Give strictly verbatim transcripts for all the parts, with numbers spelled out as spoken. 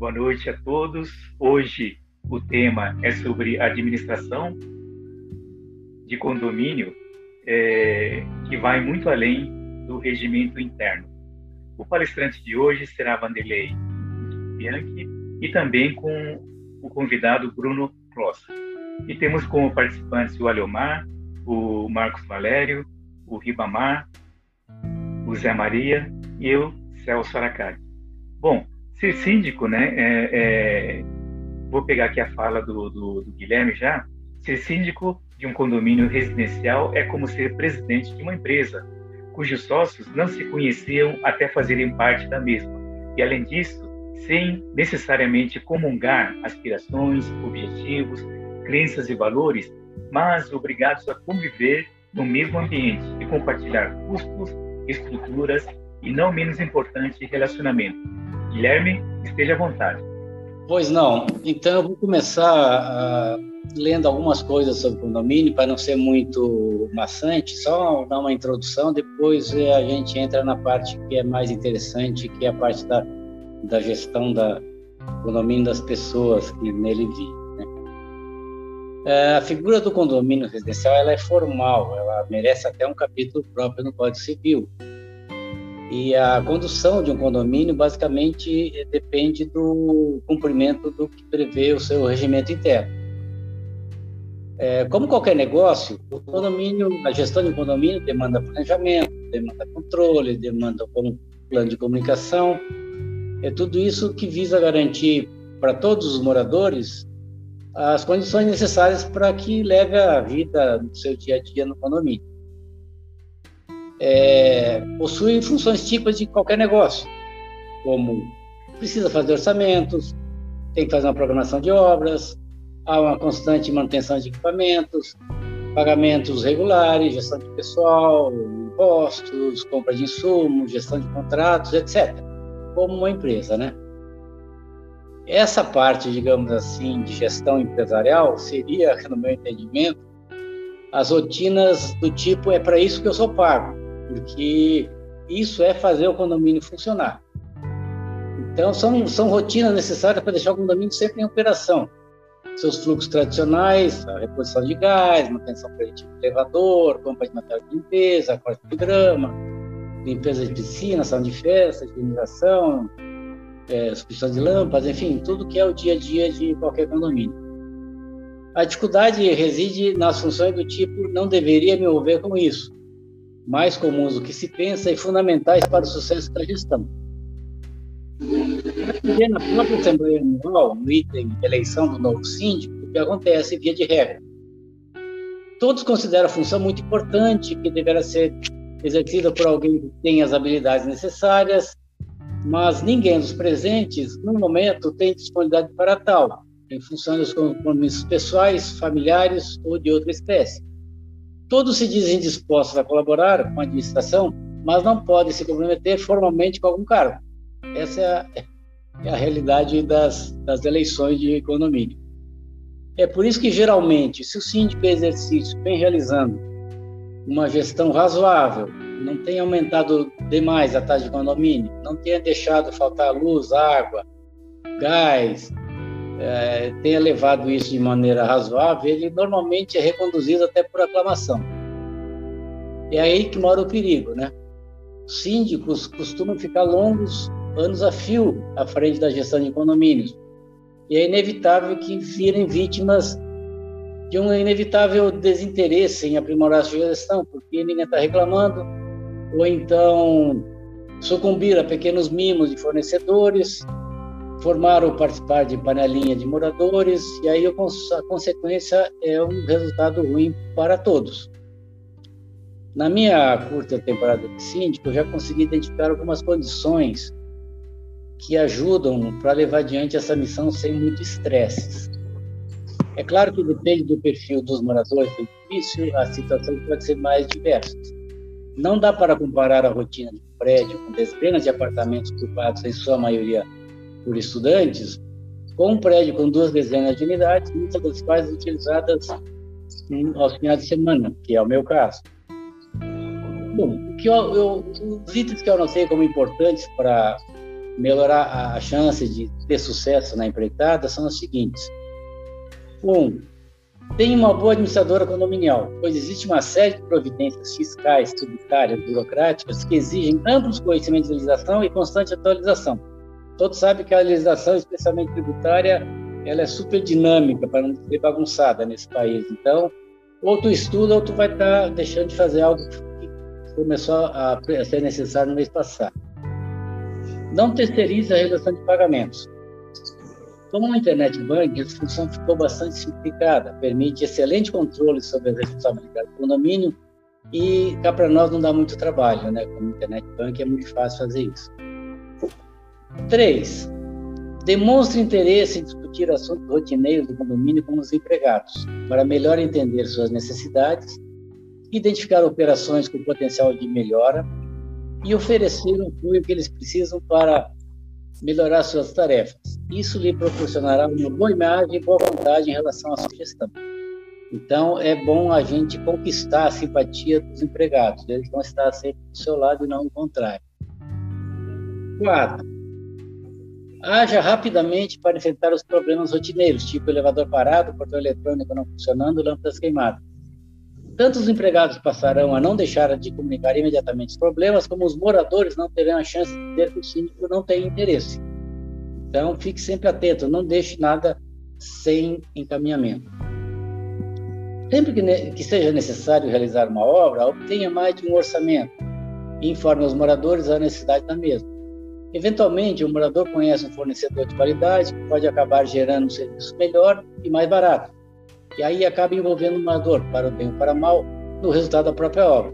Boa noite a todos. Hoje o tema é sobre administração de condomínio, é, que vai muito além do regimento interno. O palestrante de hoje será Vanderlei Bianchi e também com o convidado Bruno Klossa. E temos como participantes o Aleomar, o Marcos Valério, o Ribamar, o Zé Maria e eu, Celso Aracari. Bom, ser síndico, né, é, é, vou pegar aqui a fala do, do, do Guilherme já, ser síndico de um condomínio residencial é como ser presidente de uma empresa, cujos sócios não se conheciam até fazerem parte da mesma. E, além disso, sem necessariamente comungar aspirações, objetivos, crenças e valores, mas obrigados a conviver no mesmo ambiente e compartilhar custos, estruturas e, não menos importante, relacionamento. Guilherme, esteja à vontade. Pois não. Então, eu vou começar uh, lendo algumas coisas sobre condomínio, para não ser muito maçante, só dar uma introdução, depois a gente entra na parte que é mais interessante, que é a parte da, da gestão da condomínio das pessoas que nele vivem. Né? Uh, a figura do condomínio residencial ela é formal, ela merece até um capítulo próprio no Código Civil. E a condução de um condomínio, basicamente, depende do cumprimento do que prevê o seu regimento interno. É, como qualquer negócio, o condomínio, a gestão de um condomínio demanda planejamento, demanda controle, demanda um plano de comunicação. É tudo isso que visa garantir para todos os moradores as condições necessárias para que leve a vida no seu dia a dia no condomínio. É, possui funções típicas de qualquer negócio, como precisa fazer orçamentos, tem que fazer uma programação de obras, há uma constante manutenção de equipamentos, pagamentos regulares, gestão de pessoal, impostos, compra de insumos, gestão de contratos, etcétera. Como uma empresa, né? Essa parte, digamos assim, de gestão empresarial seria, no meu entendimento, as rotinas do tipo, é para isso que eu sou pago, porque isso é fazer o condomínio funcionar. Então, são, são rotinas necessárias para deixar o condomínio sempre em operação. Seus fluxos tradicionais, a reposição de gás, manutenção preventiva do elevador, compra de material de limpeza, corte de grama, limpeza de piscina, salão de festa, higienização, é, substituição de lâmpadas, enfim, tudo que é o dia a dia de qualquer condomínio. A dificuldade reside nas funções do tipo, não deveria me envolver com isso, mais comuns do que se pensa e fundamentais para o sucesso da gestão. Na própria Assembleia Anual, no item de eleição do novo síndico, o que acontece via de regra. Todos consideram a função muito importante, que deverá ser exercida por alguém que tenha as habilidades necessárias, mas ninguém dos presentes, no momento, tem disponibilidade para tal, em função dos compromissos pessoais, familiares ou de outra espécie. Todos se dizem dispostos a colaborar com a administração, mas não podem se comprometer formalmente com algum cargo. Essa é a, é a realidade das, das eleições de condomínio. É por isso que, geralmente, se o síndico em exercício vem realizando uma gestão razoável, não tenha aumentado demais a taxa de condomínio, não tenha deixado faltar luz, água, gás, É, tenha levado isso de maneira razoável, ele normalmente é reconduzido até por aclamação. É aí que mora o perigo, né? Os síndicos costumam ficar longos anos a fio à frente da gestão de condomínios, e é inevitável que virem vítimas de um inevitável desinteresse em aprimorar a sua gestão, porque ninguém está reclamando, ou então sucumbir a pequenos mimos de fornecedores, formar ou participar de panelinha de moradores, e aí a consequência é um resultado ruim para todos. Na minha curta temporada de síndico, eu já consegui identificar algumas condições que ajudam para levar adiante essa missão sem muito estresse. É claro que depende do perfil dos moradores do edifício, a situação pode ser mais diversa. Não dá para comparar a rotina de um prédio com dezenas de apartamentos ocupados, em sua maioria, por estudantes, com um prédio com duas dezenas de unidades, muitas das quais utilizadas aos finais de semana, que é o meu caso. Bom, o que eu, eu, os itens que eu anotei como importantes para melhorar a chance de ter sucesso na empreitada são as seguintes. Um, tem uma boa administradora condominial, pois existe uma série de providências fiscais, tributárias, burocráticas que exigem amplos conhecimentos de legislação e constante atualização. Todos sabem que a legislação, especialmente tributária, ela é super dinâmica, para não dizer bagunçada nesse país. Então, ou tu estuda ou tu vai estar deixando de fazer algo que começou a ser necessário no mês passado. Não terceirize a redação de pagamentos. Com o Internet Banking, essa função ficou bastante simplificada, permite excelente controle sobre as responsabilidades do condomínio e cá para nós não dá muito trabalho, né? Com o Internet Banking é muito fácil fazer isso. Três, demonstre interesse em discutir assuntos rotineiros do condomínio com os empregados, para melhor entender suas necessidades, identificar operações com potencial de melhora e oferecer o apoio que eles precisam para melhorar suas tarefas. Isso lhe proporcionará uma boa imagem e boa vontade em relação à sua gestão. Então, é bom a gente conquistar a simpatia dos empregados. Eles vão estar sempre do seu lado e não o contrário. Quatro, haja rapidamente para enfrentar os problemas rotineiros, tipo elevador parado, portão eletrônico não funcionando, lâmpadas queimadas. Tanto os empregados passarão a não deixar de comunicar imediatamente os problemas, como os moradores não terão a chance de dizer que o síndico não tem interesse. Então, fique sempre atento, não deixe nada sem encaminhamento. Sempre que, que seja necessário realizar uma obra, obtenha mais de um orçamento e informe aos moradores a necessidade da mesma. Eventualmente, o morador conhece um fornecedor de qualidade que pode acabar gerando um serviço melhor e mais barato. E aí acaba envolvendo o morador, para o bem ou para o mal, no resultado da própria obra.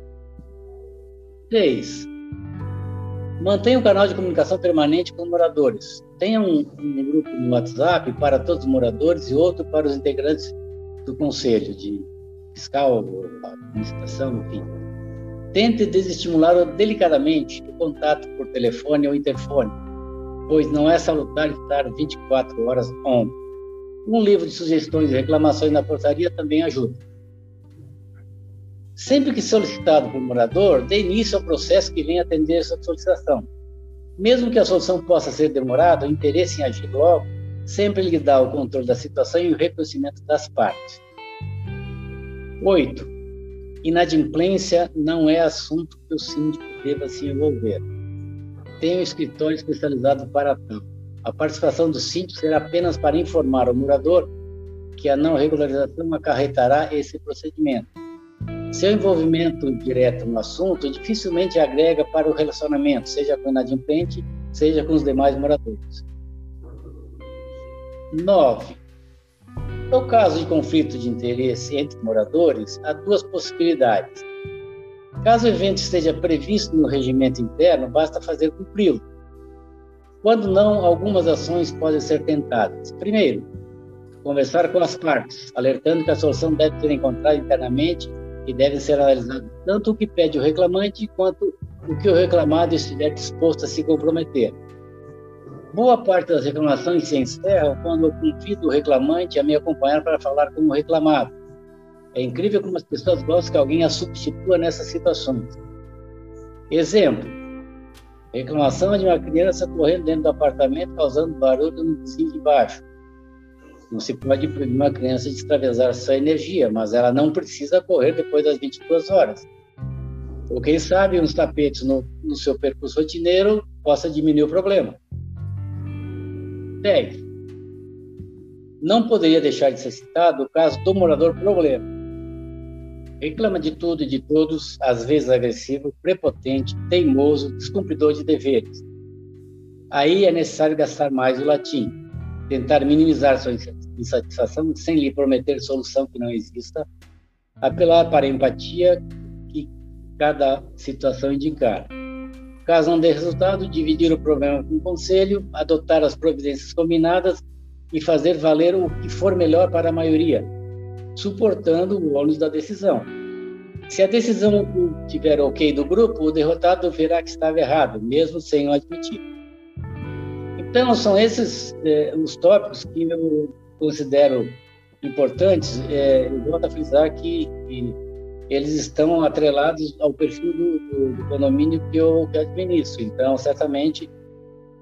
Seis. Mantenha um canal de comunicação permanente com os moradores. Tenha um, um grupo no WhatsApp para todos os moradores e outro para os integrantes do conselho de fiscal, administração, enfim. Tente desestimular delicadamente o contato por telefone ou interfone, pois não é salutar estar vinte e quatro horas on. Um livro de sugestões e reclamações na portaria também ajuda. Sempre que solicitado por morador, dê início ao processo que vem atender sua solicitação. Mesmo que a solução possa ser demorada, o interesse em agir logo sempre lhe dá o controle da situação e o reconhecimento das partes. Oito. Inadimplência não é assunto que o síndico deva se envolver. Tem um escritório especializado para tal. A participação do síndico será apenas para informar o morador que a não regularização acarretará esse procedimento. Seu envolvimento direto no assunto dificilmente agrega para o relacionamento, seja com o inadimplente, seja com os demais moradores. Nove. No caso de conflito de interesse entre moradores, há duas possibilidades. Caso o evento esteja previsto no regimento interno, basta fazer cumpri-lo. Quando não, algumas ações podem ser tentadas. Primeiro, conversar com as partes, alertando que a solução deve ser encontrada internamente e deve ser analisado tanto o que pede o reclamante quanto o que o reclamado estiver disposto a se comprometer. Boa parte das reclamações se encerram quando eu convido o reclamante a me acompanhar para falar com o reclamado. É incrível como as pessoas gostam que alguém as substitua nessas situações. Exemplo: reclamação de uma criança correndo dentro do apartamento, causando barulho no vizinho de baixo. Não se pode proibir uma criança de extravasar sua energia, mas ela não precisa correr depois das vinte e duas horas. Ou quem sabe uns tapetes no, no seu percurso rotineiro possa diminuir o problema. dez. Não poderia deixar de ser citado o caso do morador problema. Reclama de tudo e de todos, às vezes agressivo, prepotente, teimoso, descumpridor de deveres. Aí é necessário gastar mais o latim, tentar minimizar sua insatisfação sem lhe prometer solução que não exista, apelar para a empatia que cada situação indicar. Caso não dê resultado, dividir o problema com o conselho, adotar as providências combinadas e fazer valer o que for melhor para a maioria, suportando o ônus da decisão. Se a decisão tiver ok do grupo, o derrotado verá que estava errado, mesmo sem o admitir. Então, são esses eh, os tópicos que eu considero importantes. Eh, eu volto a frisar que, que eles estão atrelados ao perfil do, do, do condomínio que eu, que eu administro. Então, certamente,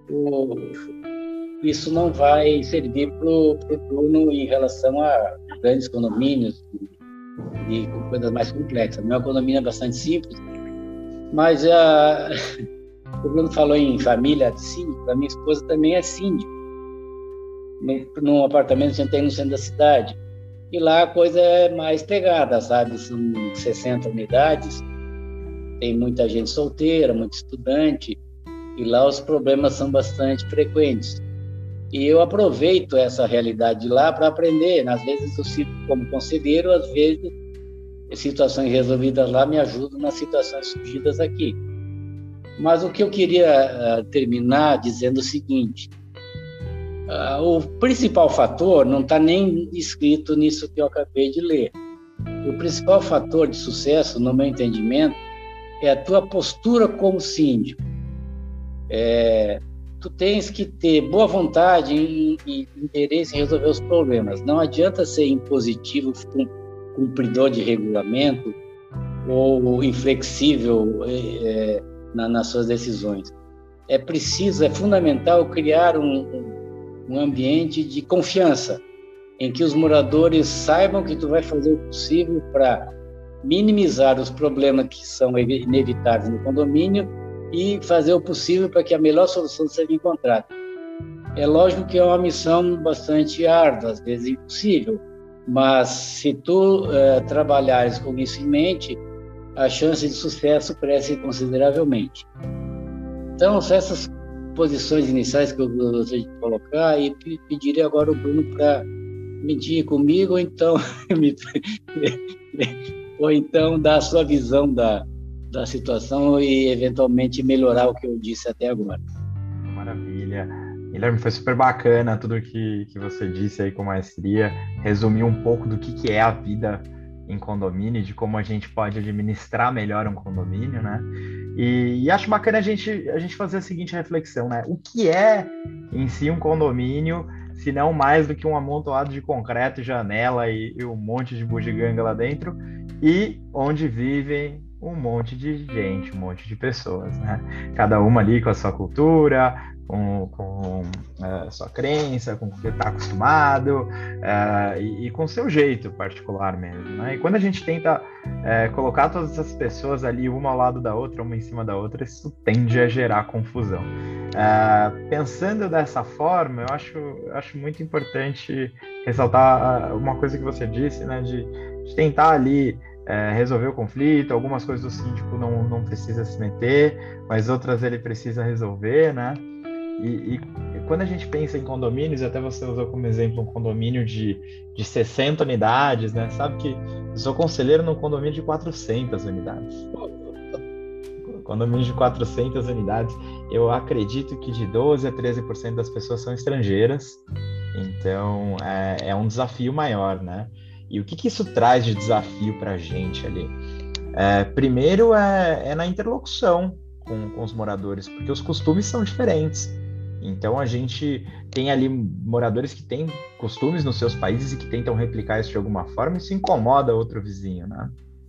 o, isso não vai servir para o Bruno em relação a grandes condomínios e, e coisas mais complexas. Meu condomínio é bastante simples, mas a, o Bruno falou em família de síndico, a minha esposa também é síndico, num apartamento que a gente tem no centro da cidade. E lá a coisa é mais pegada, sabe? São sessenta unidades, tem muita gente solteira, muito estudante, e lá os problemas são bastante frequentes. E eu aproveito essa realidade de lá para aprender. Às vezes eu sinto como conselheiro, às vezes situações resolvidas lá me ajudam nas situações surgidas aqui. Mas o que eu queria uh, terminar dizendo o seguinte: uh, o principal fator não está nem escrito nisso que eu acabei de ler. O principal fator de sucesso, no meu entendimento, é a tua postura como síndico. É, tu tens que ter boa vontade e, e interesse em resolver os problemas. Não adianta ser impositivo, cumpridor de regulamento ou inflexível é, na, nas suas decisões. É preciso, é fundamental criar um, um ambiente de confiança, em que os moradores saibam que tu vai fazer o possível para minimizar os problemas que são inevitáveis no condomínio e fazer o possível para que a melhor solução seja encontrada. É lógico que é uma missão bastante árdua, às vezes impossível, mas se tu uh, trabalhares com isso em mente, a chance de sucesso cresce consideravelmente. Então, são essas posições iniciais que eu gostaria de colocar, e pedirei agora ao Bruno para medir comigo, ou então, ou então dar a sua visão da, da situação e, eventualmente, melhorar o que eu disse até agora. Maravilha. Guilherme, foi super bacana tudo que, que você disse aí com maestria, resumiu um pouco do que, que é a vida em condomínio, de como a gente pode administrar melhor um condomínio, né? E, e acho bacana a gente, a gente fazer a seguinte reflexão, né? O que é em si um condomínio, se não mais do que um amontoado de concreto, janela e, e um monte de bugiganga lá dentro, e onde vivem um monte de gente, um monte de pessoas, né? Cada uma ali com a sua cultura, com, com a sua crença, com o que está acostumado, uh, e, e com o seu jeito particular mesmo, né? E quando a gente tenta uh, colocar todas essas pessoas ali, uma ao lado da outra, uma em cima da outra, isso tende a gerar confusão. Uh, pensando dessa forma, eu acho, eu acho muito importante ressaltar uma coisa que você disse, né? De, de tentar ali É, resolver o conflito. Algumas coisas o síndico não, não precisa se meter, mas outras ele precisa resolver, né? E, e quando a gente pensa em condomínios, até você usou como exemplo um condomínio de, de sessenta unidades, né? Sabe que eu sou conselheiro num condomínio de quatrocentas unidades. Condomínio de quatrocentas unidades, eu acredito que de doze a treze por cento das pessoas são estrangeiras, então é, é um desafio maior, né? E o que, que isso traz de desafio para a gente ali? É, primeiro é, é na interlocução com, com os moradores, porque os costumes são diferentes. Então a gente tem ali moradores que têm costumes nos seus países e que tentam replicar isso de alguma forma, e isso incomoda outro vizinho, né?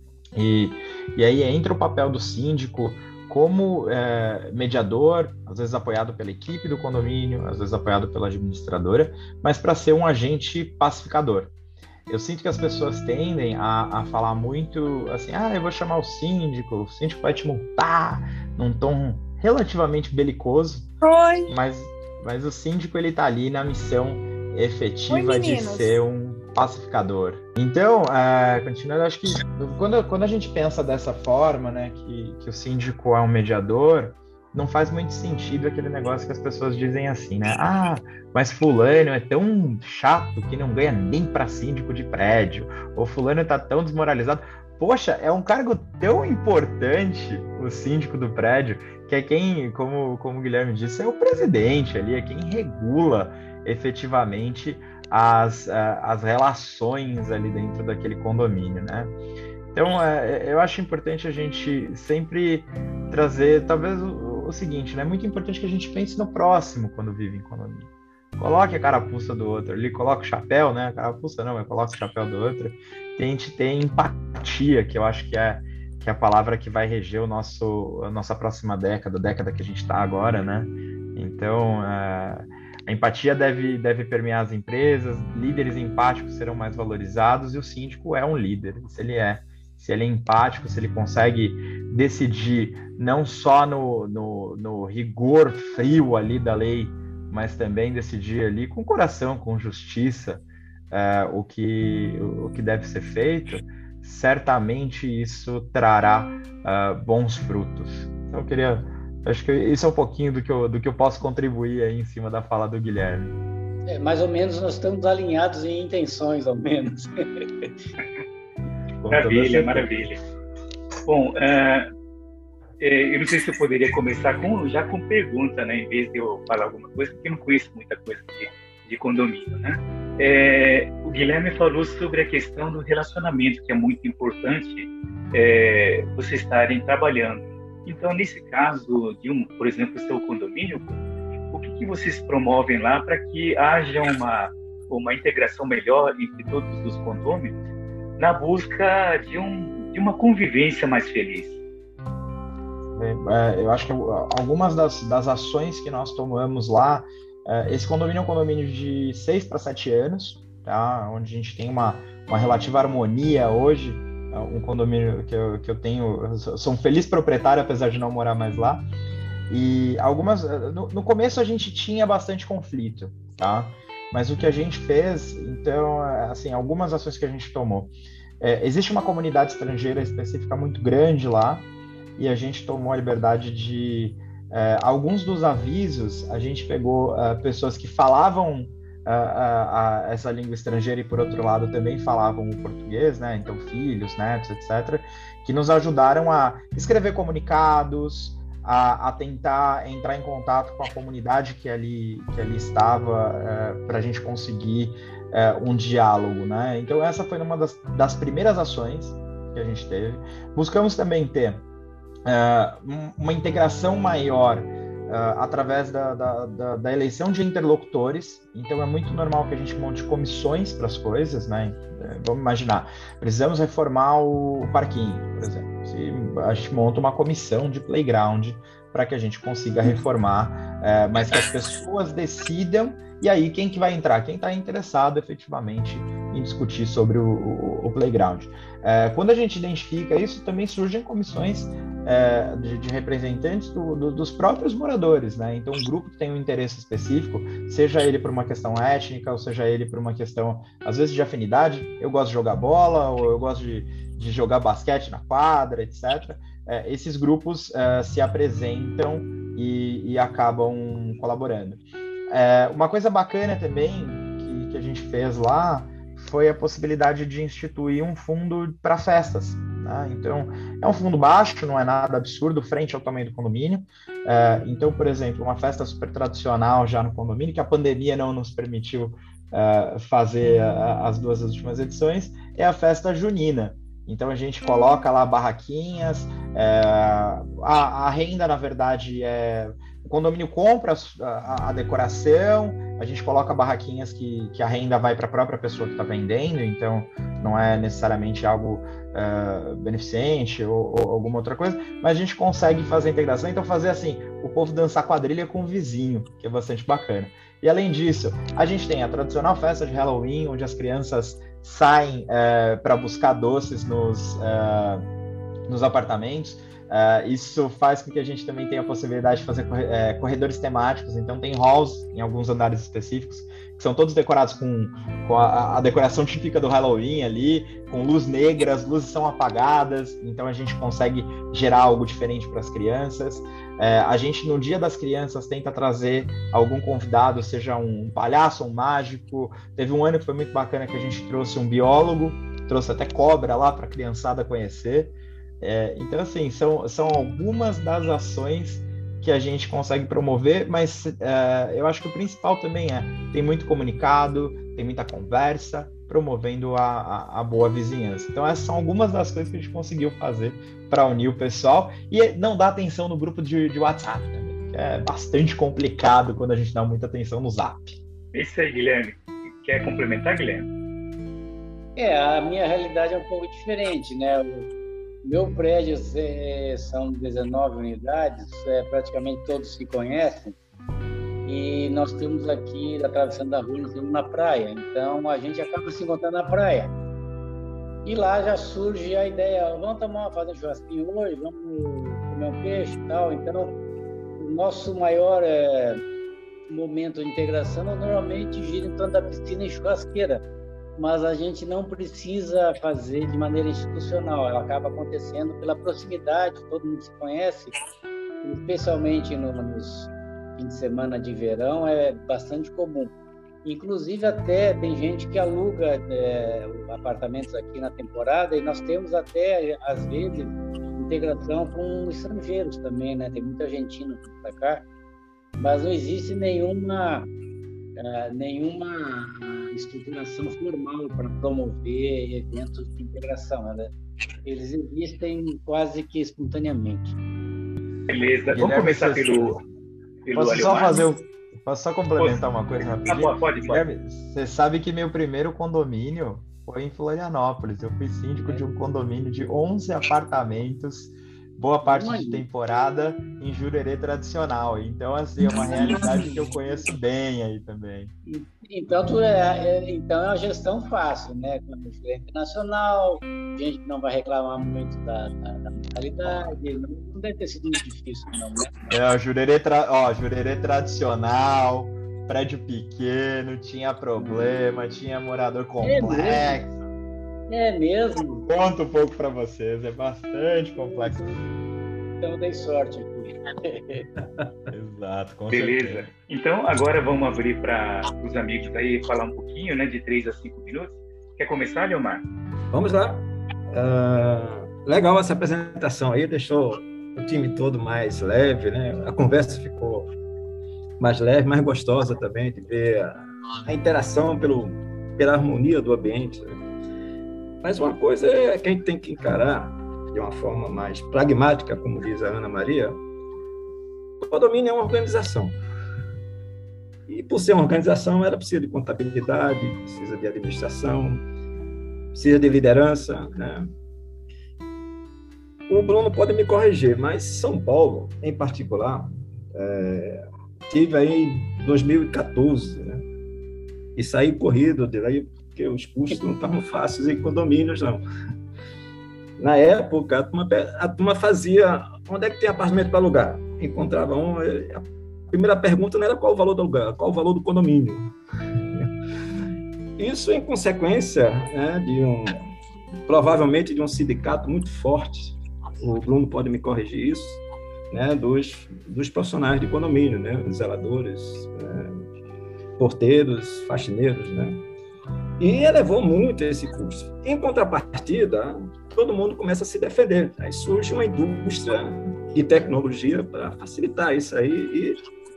E, e aí entra o papel do síndico como é, mediador, às vezes apoiado pela equipe do condomínio, às vezes apoiado pela administradora, mas para ser um agente pacificador. Eu sinto que as pessoas tendem a, a falar muito assim, ah, eu vou chamar o síndico, o síndico vai te multar, num tom relativamente belicoso. Oi. Mas, mas o síndico, ele tá ali na missão efetiva Oi, de ser um pacificador. Então, é, continuando, acho que quando, quando a gente pensa dessa forma, né, que, que o síndico é um mediador, não faz muito sentido aquele negócio que as pessoas dizem assim, né? Ah, mas fulano é tão chato que não ganha nem para síndico de prédio. Ou fulano tá tão desmoralizado. Poxa, é um cargo tão importante, o síndico do prédio, que é quem, como, como o Guilherme disse, é o presidente ali, é quem regula efetivamente as, as relações ali dentro daquele condomínio, né? Então, é, eu acho importante a gente sempre trazer, talvez, o, o seguinte, né? É muito importante que a gente pense no próximo quando vive em condomínio. Coloque a carapuça do outro ali, coloque o chapéu, né? A carapuça não, mas coloque o chapéu do outro. Que a gente tem empatia, que eu acho que é, que é a palavra que vai reger o nosso, a nossa próxima década, a década que a gente está agora, né? Então, a empatia deve, deve permear as empresas, líderes empáticos serão mais valorizados, e o síndico é um líder. Se ele é, se ele é empático, se ele consegue decidir não só no, no, no rigor frio ali da lei, mas também decidir ali com coração, com justiça, uh, o, que, o que deve ser feito, certamente isso trará uh, bons frutos. Então, eu queria... Acho que isso é um pouquinho do que eu, do que eu posso contribuir aí em cima da fala do Guilherme. É, mais ou menos nós estamos alinhados em intenções, ao menos. Maravilha, maravilha. Bom, uh, eu não sei se eu poderia começar com, já com pergunta, né, em vez de eu falar alguma coisa, porque eu não conheço muita coisa de, de condomínio, né? É, o Guilherme falou sobre a questão do relacionamento, que é muito importante é, vocês estarem trabalhando. Então, nesse caso de um, por exemplo, seu condomínio, o que, que vocês promovem lá para que haja uma, uma integração melhor entre todos os condôminos na busca de, um, de uma convivência mais feliz? É, eu acho que algumas das, das ações que nós tomamos lá, esse condomínio é um condomínio de seis para sete anos, tá? Onde a gente tem uma, uma relativa harmonia hoje. Um condomínio que eu, que eu tenho, eu sou um feliz proprietário, apesar de não morar mais lá. E algumas, no, no começo a gente tinha bastante conflito, tá? Mas o que a gente fez, então, assim, algumas ações que a gente tomou. É, existe uma comunidade estrangeira específica muito grande lá, e a gente tomou a liberdade de, é, alguns dos avisos, a gente pegou é, pessoas que falavam A, a, a essa língua estrangeira e, por outro lado, também falavam o português, né? Então, filhos, netos, etcétera, que nos ajudaram a escrever comunicados, a, a tentar entrar em contato com a comunidade que ali, que ali estava, é, para a gente conseguir é, um diálogo, né? Então, essa foi uma das, das primeiras ações que a gente teve. Buscamos também ter é, uma integração maior Uh, através da, da, da, da eleição de interlocutores. Então é muito normal que a gente monte comissões para as coisas, né? Vamos imaginar, precisamos reformar o parquinho, por exemplo. Se a gente monta uma comissão de playground para que a gente consiga reformar, uh, mas que as pessoas decidam, e aí quem que vai entrar? Quem está interessado efetivamente em discutir sobre o, o, o playground. Uh, quando a gente identifica isso, também surgem comissões É, de, de representantes do, do, dos próprios moradores, né? Então, um grupo que tem um interesse específico, seja ele por uma questão étnica, ou seja ele por uma questão, às vezes, de afinidade, eu gosto de jogar bola, ou eu gosto de, de jogar basquete na quadra, etcétera. É, esses grupos é, se apresentam e, e acabam colaborando. É, uma coisa bacana também que, que a gente fez lá foi a possibilidade de instituir um fundo para festas. Né? Então, é um fundo baixo, não é nada absurdo frente ao tamanho do condomínio. É, então, por exemplo, uma festa super tradicional já no condomínio, que a pandemia não nos permitiu é, fazer a, as duas últimas edições, é a festa junina. Então, a gente coloca lá barraquinhas, é, a, a renda, na verdade, é... O condomínio compra a, a decoração, a gente coloca barraquinhas que, que a renda vai para a própria pessoa que está vendendo, então não é necessariamente algo uh, beneficente ou, ou alguma outra coisa, mas a gente consegue fazer a integração, então fazer assim, o povo dançar quadrilha com o vizinho, que é bastante bacana. E além disso, a gente tem a tradicional festa de Halloween, onde as crianças saem uh, para buscar doces nos, uh, nos apartamentos. Uh, isso faz com que a gente também tenha a possibilidade de fazer corre- é, corredores temáticos, então tem halls em alguns andares específicos, que são todos decorados com, com a, a decoração típica do Halloween ali, com luz negra, as luzes são apagadas, então a gente consegue gerar algo diferente para as crianças. É, a gente, no Dia das Crianças, tenta trazer algum convidado, seja um palhaço, um mágico. Teve um ano que foi muito bacana que a gente trouxe um biólogo, trouxe até cobra lá para a criançada conhecer. É, então, assim, são, são algumas das ações que a gente consegue promover, mas é, eu acho que o principal também é, tem muito comunicado, tem muita conversa, promovendo a, a, a boa vizinhança. Então, essas são algumas das coisas que a gente conseguiu fazer para unir o pessoal e não dar atenção no grupo de, de WhatsApp também, que é bastante complicado quando a gente dá muita atenção no Zap. Isso aí, Guilherme. Quer complementar, Guilherme? É, a minha realidade é um pouco diferente, né? O meu prédio é, são dezenove unidades, é, praticamente todos se conhecem, e nós temos aqui, atravessando a rua, nós temos na praia, então a gente acaba se encontrando na praia. E lá já surge a ideia, vamos tomar, fazer um churrasquinho hoje, vamos comer um peixe e tal. Então, o nosso maior é, momento de integração normalmente gira em torno da piscina e churrasqueira, mas a gente não precisa fazer de maneira institucional, ela acaba acontecendo pela proximidade, todo mundo se conhece, especialmente no, nos fins de semana de verão, é bastante comum. Inclusive, até tem gente que aluga é, apartamentos aqui na temporada, e nós temos até, às vezes, integração com estrangeiros também, né? Tem muito argentino para cá, mas não existe nenhuma, uh, nenhuma estruturação formal para promover eventos de integração, né? Eles existem quase que espontaneamente. Beleza, vamos começar pelo, pelo Posso só Aliomar? fazer o... Posso só complementar uma coisa rapidinho? Ah, pode, pode. Você sabe que meu primeiro condomínio foi em Florianópolis. Eu fui síndico de um condomínio de onze apartamentos, boa parte de temporada em Jurerê tradicional. Então, assim, é uma realidade que eu conheço bem aí também. Então, tu é, é, então é uma gestão fácil, né? Com a gerente nacional, gente que não vai reclamar muito da, da, da mentalidade, não, não deve ter sido muito difícil, não, né? É, o Jurerê, tra... Ó, Jurerê tradicional, prédio pequeno, tinha problema, tinha morador complexo. É mesmo? Conto um pouco para vocês, é bastante complexo. Então, dei sorte aqui. Exato, com Beleza. certeza. Então, agora vamos abrir para os amigos aí falar um pouquinho, né, de três a cinco minutos. Quer começar, Leomar? Vamos lá. Uh, legal essa apresentação aí, deixou o time todo mais leve, né? A conversa ficou mais leve, mais gostosa também, de ver a, a interação pelo, pela harmonia do ambiente, né? Mas uma coisa é que a gente tem que encarar de uma forma mais pragmática, como diz a Ana Maria. O condomínio é uma organização. E, por ser uma organização, ela precisa de contabilidade, precisa de administração, precisa de liderança, né? O Bruno pode me corrigir, mas São Paulo, em particular, é, tive aí em dois mil e quatorze, né? E saí corrido de aí, porque os custos não estavam fáceis em condomínios, não. Na época, a turma, a turma fazia, onde é que tem apartamento para alugar? Encontrava um, a primeira pergunta não era qual o valor do aluguel, qual o valor do condomínio. Isso em consequência, né, de um, provavelmente de um sindicato muito forte, o Bruno pode me corrigir isso, né, dos, dos profissionais de condomínio, né, os zeladores, é, porteiros, faxineiros, né, e elevou muito esse custo. Em contrapartida, todo mundo começa a se defender, aí surge uma indústria de tecnologia para facilitar isso aí, e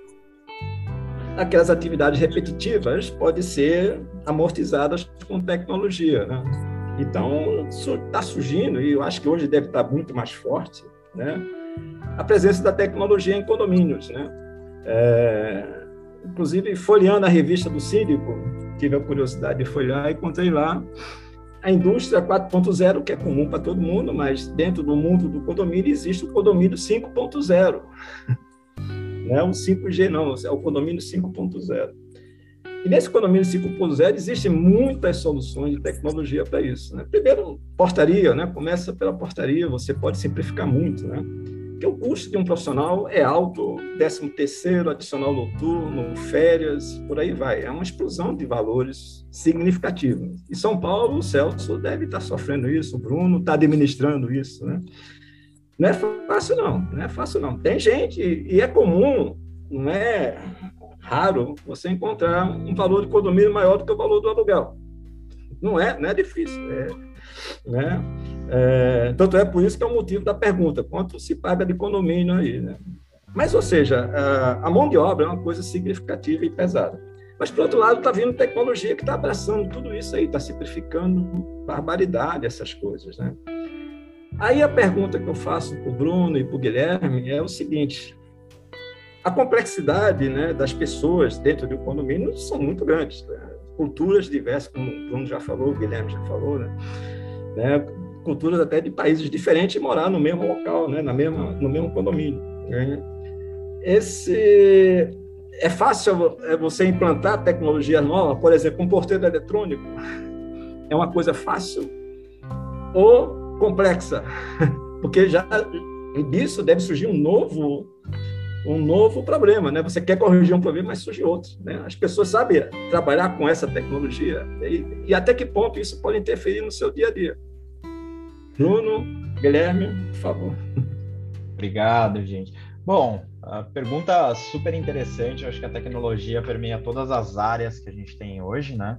aquelas atividades repetitivas podem ser amortizadas com tecnologia, né? Então, está surgindo, e eu acho que hoje deve estar muito mais forte, né, a presença da tecnologia em condomínios, né? É, inclusive, folheando a revista do síndico, tive a curiosidade de folhear e encontrei lá a indústria quatro ponto zero, que é comum para todo mundo, mas dentro do mundo do condomínio existe o condomínio cinco ponto zero. Não é o cinco G, não, é o condomínio cinco ponto zero. E nesse condomínio cinco ponto zero existem muitas soluções de tecnologia para isso, né? Primeiro, portaria, né? Começa pela portaria, você pode simplificar muito, né? Porque o custo de um profissional é alto, décimo terceiro, adicional noturno, férias, por aí vai. É uma explosão de valores significativos. E São Paulo, o Celso deve estar sofrendo isso, o Bruno está administrando isso, né? Não é fácil, não. Não é fácil, não. Tem gente, e é comum, não é raro, você encontrar um valor de condomínio maior do que o valor do aluguel. Não é, não é difícil. É, né? É, tanto é por isso que é o motivo da pergunta, quanto se paga de condomínio aí, né? Mas, ou seja, a, a mão de obra é uma coisa significativa e pesada. Mas, por outro lado, está vindo tecnologia que está abraçando tudo isso aí, está simplificando barbaridade essas coisas, né? Aí a pergunta que eu faço para o Bruno e para o Guilherme é o seguinte: a complexidade, né, das pessoas dentro do condomínio são muito grandes, né? Culturas diversas, como o Bruno já falou, o Guilherme já falou, né? Né? Culturas até de países diferentes, morar no mesmo local, né? Na mesma, no mesmo condomínio, né? Esse, é fácil você implantar tecnologia nova, por exemplo, um porteiro eletrônico. É uma coisa fácil ou complexa? Porque já disso deve surgir um novo, um novo problema, né? Você quer corrigir um problema, mas surge outro, né? As pessoas sabem trabalhar com essa tecnologia e, e até que ponto isso pode interferir no seu dia a dia. Bruno, Guilherme, por favor. Obrigado, gente. Bom, a pergunta super interessante. Eu acho que a tecnologia permeia todas as áreas que a gente tem hoje, né?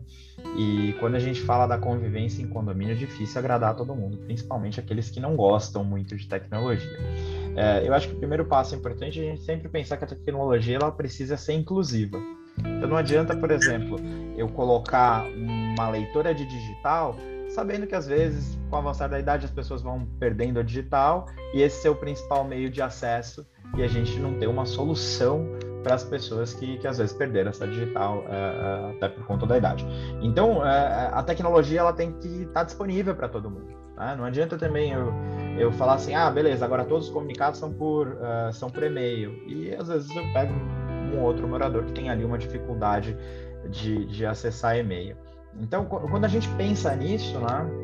E quando a gente fala da convivência em condomínio, é difícil agradar todo mundo, principalmente aqueles que não gostam muito de tecnologia. É, eu acho que o primeiro passo importante é a gente sempre pensar que a tecnologia ela precisa ser inclusiva. Então não adianta, por exemplo, eu colocar uma leitora de digital, sabendo que às vezes, com o avançar da idade, as pessoas vão perdendo a digital e esse ser o principal meio de acesso e a gente não ter uma solução para as pessoas que, que às vezes perderam essa digital é, até por conta da idade. Então, é, a tecnologia ela tem que estar disponível para todo mundo. Né? Não adianta também eu, eu falar assim, ah, beleza, agora todos os comunicados são por, uh, são por e-mail. E às vezes eu pego um outro morador que tem ali uma dificuldade de, de acessar e-mail. Então, quando a gente pensa nisso,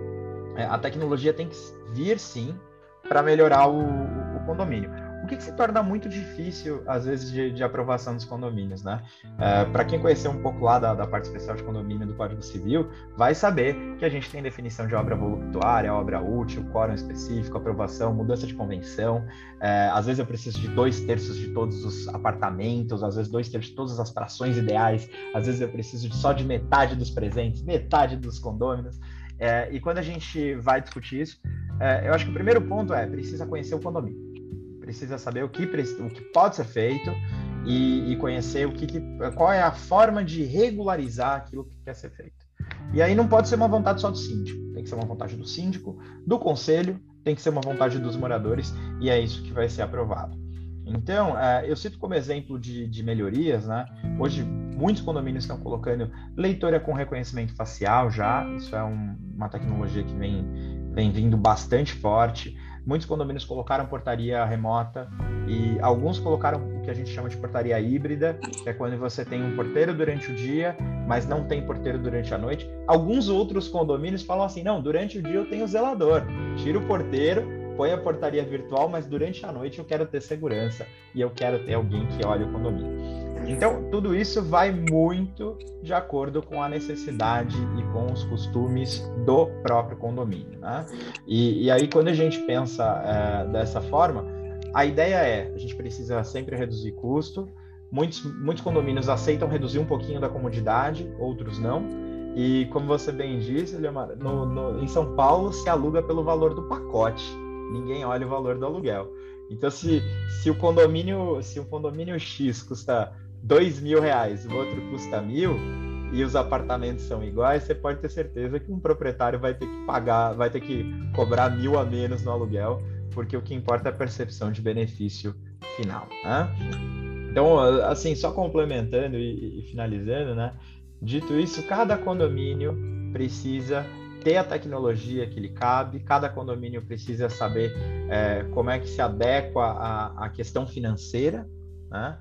né, a tecnologia tem que vir, sim, para melhorar o, o condomínio. O que, que se torna muito difícil, às vezes, de, de aprovação dos condomínios, né? É, para quem conhecer um pouco lá da, da parte especial de condomínio do Código Civil, vai saber que a gente tem definição de obra voluptuária, obra útil, quórum específico, aprovação, mudança de convenção. É, às vezes eu preciso de dois terços de todos os apartamentos, às vezes dois terços de todas as frações ideais, às vezes eu preciso de, só de metade dos presentes, metade dos condôminos. É, e quando a gente vai discutir isso, é, eu acho que o primeiro ponto é, precisa conhecer o condomínio. Precisa saber o que, o que pode ser feito e, e conhecer o que, que, qual é a forma de regularizar aquilo que quer ser feito. E aí não pode ser uma vontade só do síndico, tem que ser uma vontade do síndico, do conselho, tem que ser uma vontade dos moradores e é isso que vai ser aprovado. Então, eu cito como exemplo de, de melhorias, né? Hoje, muitos condomínios estão colocando leitora com reconhecimento facial já, isso é um, uma tecnologia que vem, vem vindo bastante forte. Muitos condomínios colocaram portaria remota e alguns colocaram o que a gente chama de portaria híbrida, que é quando você tem um porteiro durante o dia, mas não tem porteiro durante a noite. Alguns outros condomínios falam assim, não, durante o dia eu tenho zelador, tira o porteiro, põe a portaria virtual, mas durante a noite eu quero ter segurança e eu quero ter alguém que olhe o condomínio. Então, tudo isso vai muito de acordo com a necessidade e com os costumes do próprio condomínio, né? E, e aí, quando a gente pensa é, dessa forma, a ideia é, a gente precisa sempre reduzir custo. Muitos, muitos condomínios aceitam reduzir um pouquinho da comodidade, outros não. E como você bem disse, Leomar, no, no, em São Paulo se aluga pelo valor do pacote. Ninguém olha o valor do aluguel. Então, se, se, o, condomínio, se o condomínio X custa dois mil reais, o outro custa mil, e os apartamentos são iguais, você pode ter certeza que um proprietário vai ter que pagar, vai ter que cobrar mil a menos no aluguel, porque o que importa é a percepção de benefício final, né? Então, assim, só complementando e, e finalizando, né? Dito isso, cada condomínio precisa ter a tecnologia que lhe cabe, cada condomínio precisa saber é, como é que se adequa à, à questão financeira, né?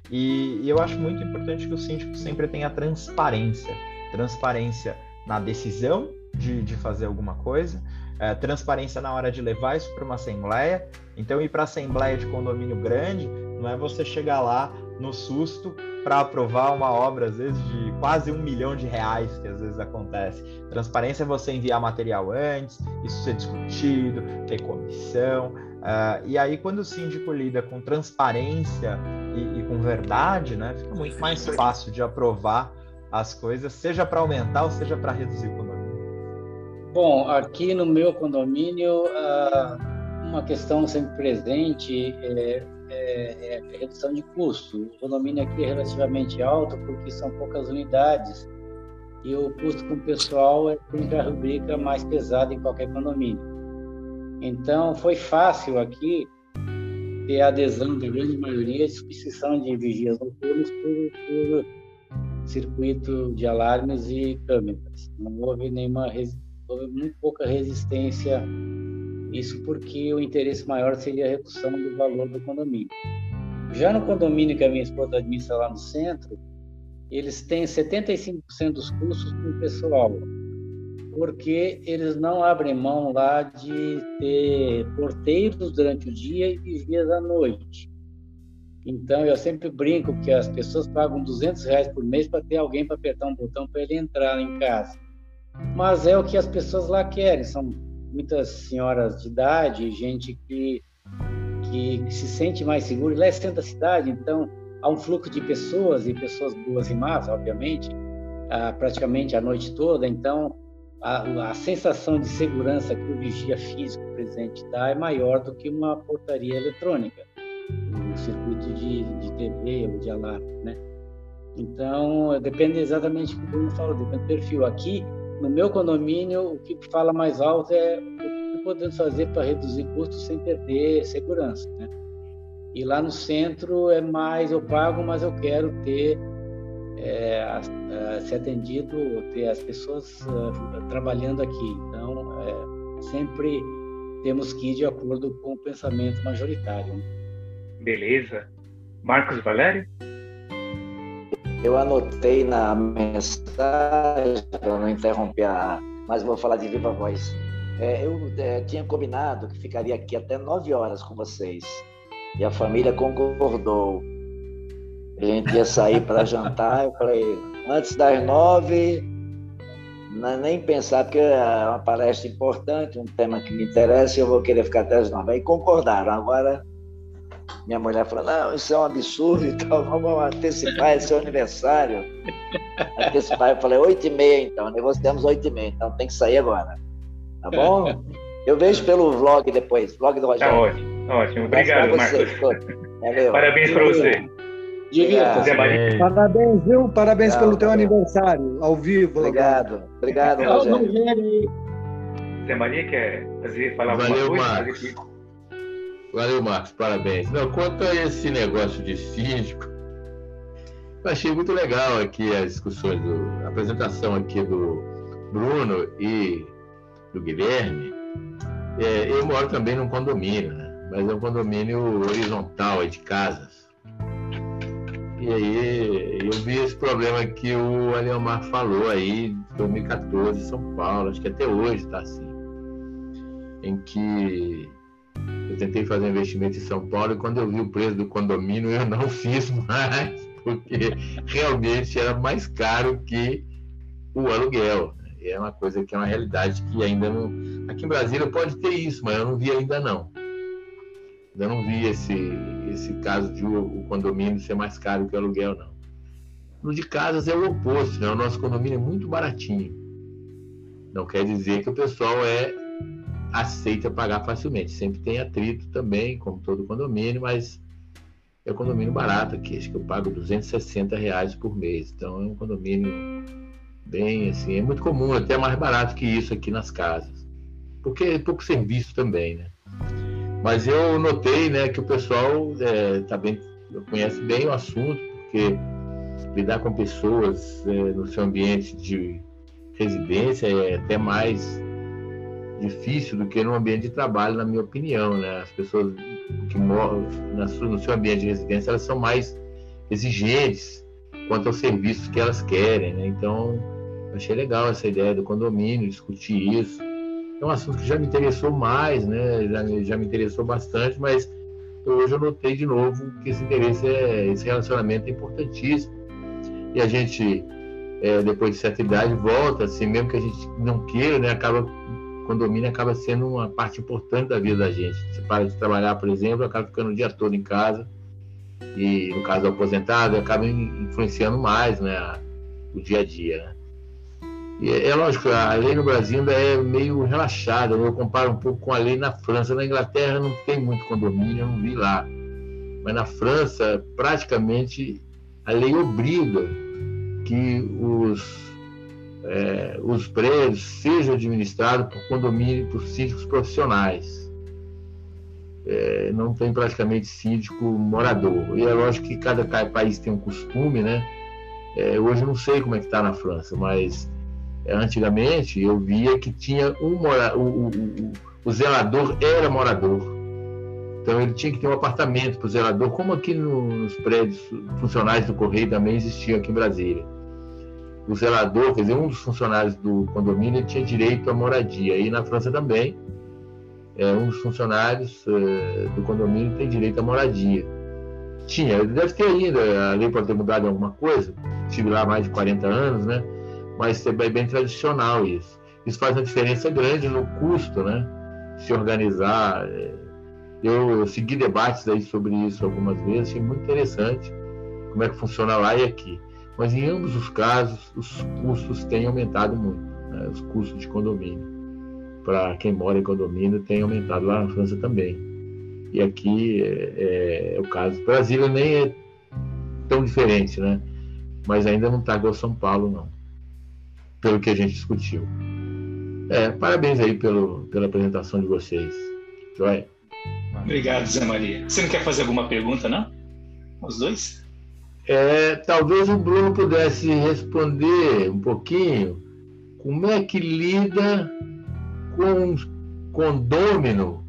E, e eu acho muito importante que o síndico sempre tenha transparência, transparência na decisão de, de fazer alguma coisa, é, transparência na hora de levar isso para uma assembleia. Então, ir para a assembleia de condomínio grande não é você chegar lá no susto para aprovar uma obra, às vezes, de quase um milhão de reais, que às vezes acontece. Transparência é você enviar material antes, isso ser discutido, ter comissão. Uh, e aí, quando o síndico lida com transparência e, e com verdade, né, fica muito mais fácil de aprovar as coisas, seja para aumentar ou seja para reduzir o condomínio. Bom, aqui no meu condomínio, uh, uma questão sempre presente é, é, é a redução de custo. O condomínio aqui é relativamente alto porque são poucas unidades e o custo com o pessoal é sempre a rubrica mais pesada em qualquer condomínio. Então, foi fácil aqui ter a adesão da grande maioria de substituição de vigias noturnos por, por circuito de alarmes e câmeras. Não houve nenhuma, houve muito pouca resistência, isso porque o interesse maior seria a redução do valor do condomínio. Já no condomínio que a minha esposa administra lá no centro, eles têm setenta e cinco por cento dos custos com o pessoal, porque eles não abrem mão lá de ter porteiros durante o dia e vigias à noite. Então, eu sempre brinco que as pessoas pagam duzentos reais por mês para ter alguém para apertar um botão para ele entrar em casa. Mas é o que as pessoas lá querem. São muitas senhoras de idade, gente que, que se sente mais segura. E lá é centro da cidade, então há um fluxo de pessoas, e pessoas boas e más, obviamente, ah, praticamente a noite toda. Então, a, a sensação de segurança que o vigia físico presente dá é maior do que uma portaria eletrônica, um circuito de, de T V ou de alarme, né? Então, depende exatamente do que o Bruno falou, depende do perfil. Aqui, no meu condomínio, o que fala mais alto é o que podemos fazer para reduzir custos sem perder segurança, né? E lá no centro é mais, eu pago, mas eu quero ter, é, a, a, ser atendido, ter as pessoas uh, trabalhando aqui. Então, é, sempre temos que ir de acordo com o pensamento majoritário, né? Beleza. Marcos Valério? Eu anotei na mensagem, para não interromper, a, mas vou falar de viva voz. É, eu é, tinha combinado que ficaria aqui até nove horas com vocês. E a família concordou. A gente ia sair para jantar. Eu falei, antes das nove, nem pensar, porque é uma palestra importante, um tema que me interessa, e eu vou querer ficar até as nove. Aí concordaram. Agora, minha mulher falou, não, isso é um absurdo, então vamos antecipar esse aniversário. Antecipar, eu falei, oito e meia então, negociamos oito e meia, então tem que sair agora. Tá bom? Eu vejo pelo vlog depois, vlog do Rogério. Tá ótimo, tá ótimo. Obrigado, Marcos. Valeu. Parabéns para você. Divirta-se. Parabéns, viu? Parabéns Não, pelo teu valeu. aniversário, ao vivo. Obrigado. Agora. Obrigado, Rogério. Zé Maria quer fazer, falar Valeu, alguma coisa? Marcos. Fazer... Valeu, Marcos, parabéns. Não, quanto a esse negócio de síndico, eu achei muito legal aqui as discussões, do, a apresentação aqui do Bruno e do Guilherme. É, eu moro também num condomínio, né? Mas é um condomínio horizontal, é de casas. E aí eu vi esse problema que o Aleomar falou aí, em dois mil e quatorze, São Paulo, acho que até hoje está assim, em que eu tentei fazer um investimento em São Paulo e quando eu vi o preço do condomínio eu não fiz mais, porque realmente era mais caro que o aluguel. E é uma coisa que é uma realidade que ainda não... Aqui em Brasília pode ter isso, mas eu não vi ainda não. Ainda não vi esse, esse caso de o condomínio ser mais caro que o aluguel, não. No de casas é o oposto, né? O nosso condomínio é muito baratinho. Não quer dizer que o pessoal é aceita pagar facilmente. Sempre tem atrito também, como todo condomínio, mas é um condomínio barato aqui. Acho que eu pago duzentos e sessenta reais por mês. Então é um condomínio bem assim, é muito comum, até mais barato que isso aqui nas casas. Porque é pouco serviço também, né? Mas eu notei, né, que o pessoal é, tá bem, conhece bem o assunto, porque lidar com pessoas é, no seu ambiente de residência é até mais difícil do que no ambiente de trabalho, na minha opinião, né? As pessoas que moram no seu ambiente de residência, elas são mais exigentes quanto aos serviços que elas querem, né? Então, eu achei legal essa ideia do condomínio, discutir isso. É um assunto que já me interessou mais, né? Já, já me interessou bastante, mas hoje eu notei de novo que esse interesse, é, esse relacionamento é importantíssimo. E a gente, é, depois de certa idade, volta, assim, mesmo que a gente não queira, né? Acaba, o condomínio acaba sendo uma parte importante da vida da gente. Você para de trabalhar, por exemplo, acaba ficando o dia todo em casa. E, no caso do aposentado, acaba influenciando mais, né, o dia a dia, né? E é, é lógico, a lei no Brasil ainda é meio relaxada. Eu comparo um pouco com a lei na França. Na Inglaterra não tem muito condomínio, eu não vi lá. Mas na França, praticamente, a lei obriga que os, é, os prédios sejam administrados por condomínio, por síndicos profissionais. É, não tem praticamente síndico morador. E é lógico que cada país tem um costume, né? É, hoje eu não sei como é que está na França, mas é, antigamente eu via que tinha um mora, o, o, o, o zelador era morador. Então ele tinha que ter um apartamento para o zelador, como aqui no, nos prédios funcionais do Correio também existiam aqui em Brasília. O zelador, quer dizer, um dos funcionários do condomínio, ele tinha direito à moradia. E na França também, é, um dos funcionários é, do condomínio tem direito à moradia. Tinha, deve ter ainda, a lei pode ter mudado em alguma coisa, estive lá há mais de quarenta anos, né? Mas é bem tradicional isso. Isso faz uma diferença grande no custo, né? Se organizar. Eu, eu segui debates aí sobre isso algumas vezes, achei muito interessante como é que funciona lá e aqui. Mas em ambos os casos, os custos têm aumentado muito, né? Os custos de condomínio. Para quem mora em condomínio, tem aumentado lá na França também. E aqui é, é o caso. Brasília nem é tão diferente, né? Mas ainda não está igual São Paulo, não. Pelo que a gente discutiu. É, parabéns aí pelo, pela apresentação de vocês. Joia? Obrigado, Zé Maria. Você não quer fazer alguma pergunta, não? Os dois? É, talvez o Bruno pudesse responder um pouquinho como é que lida com condômino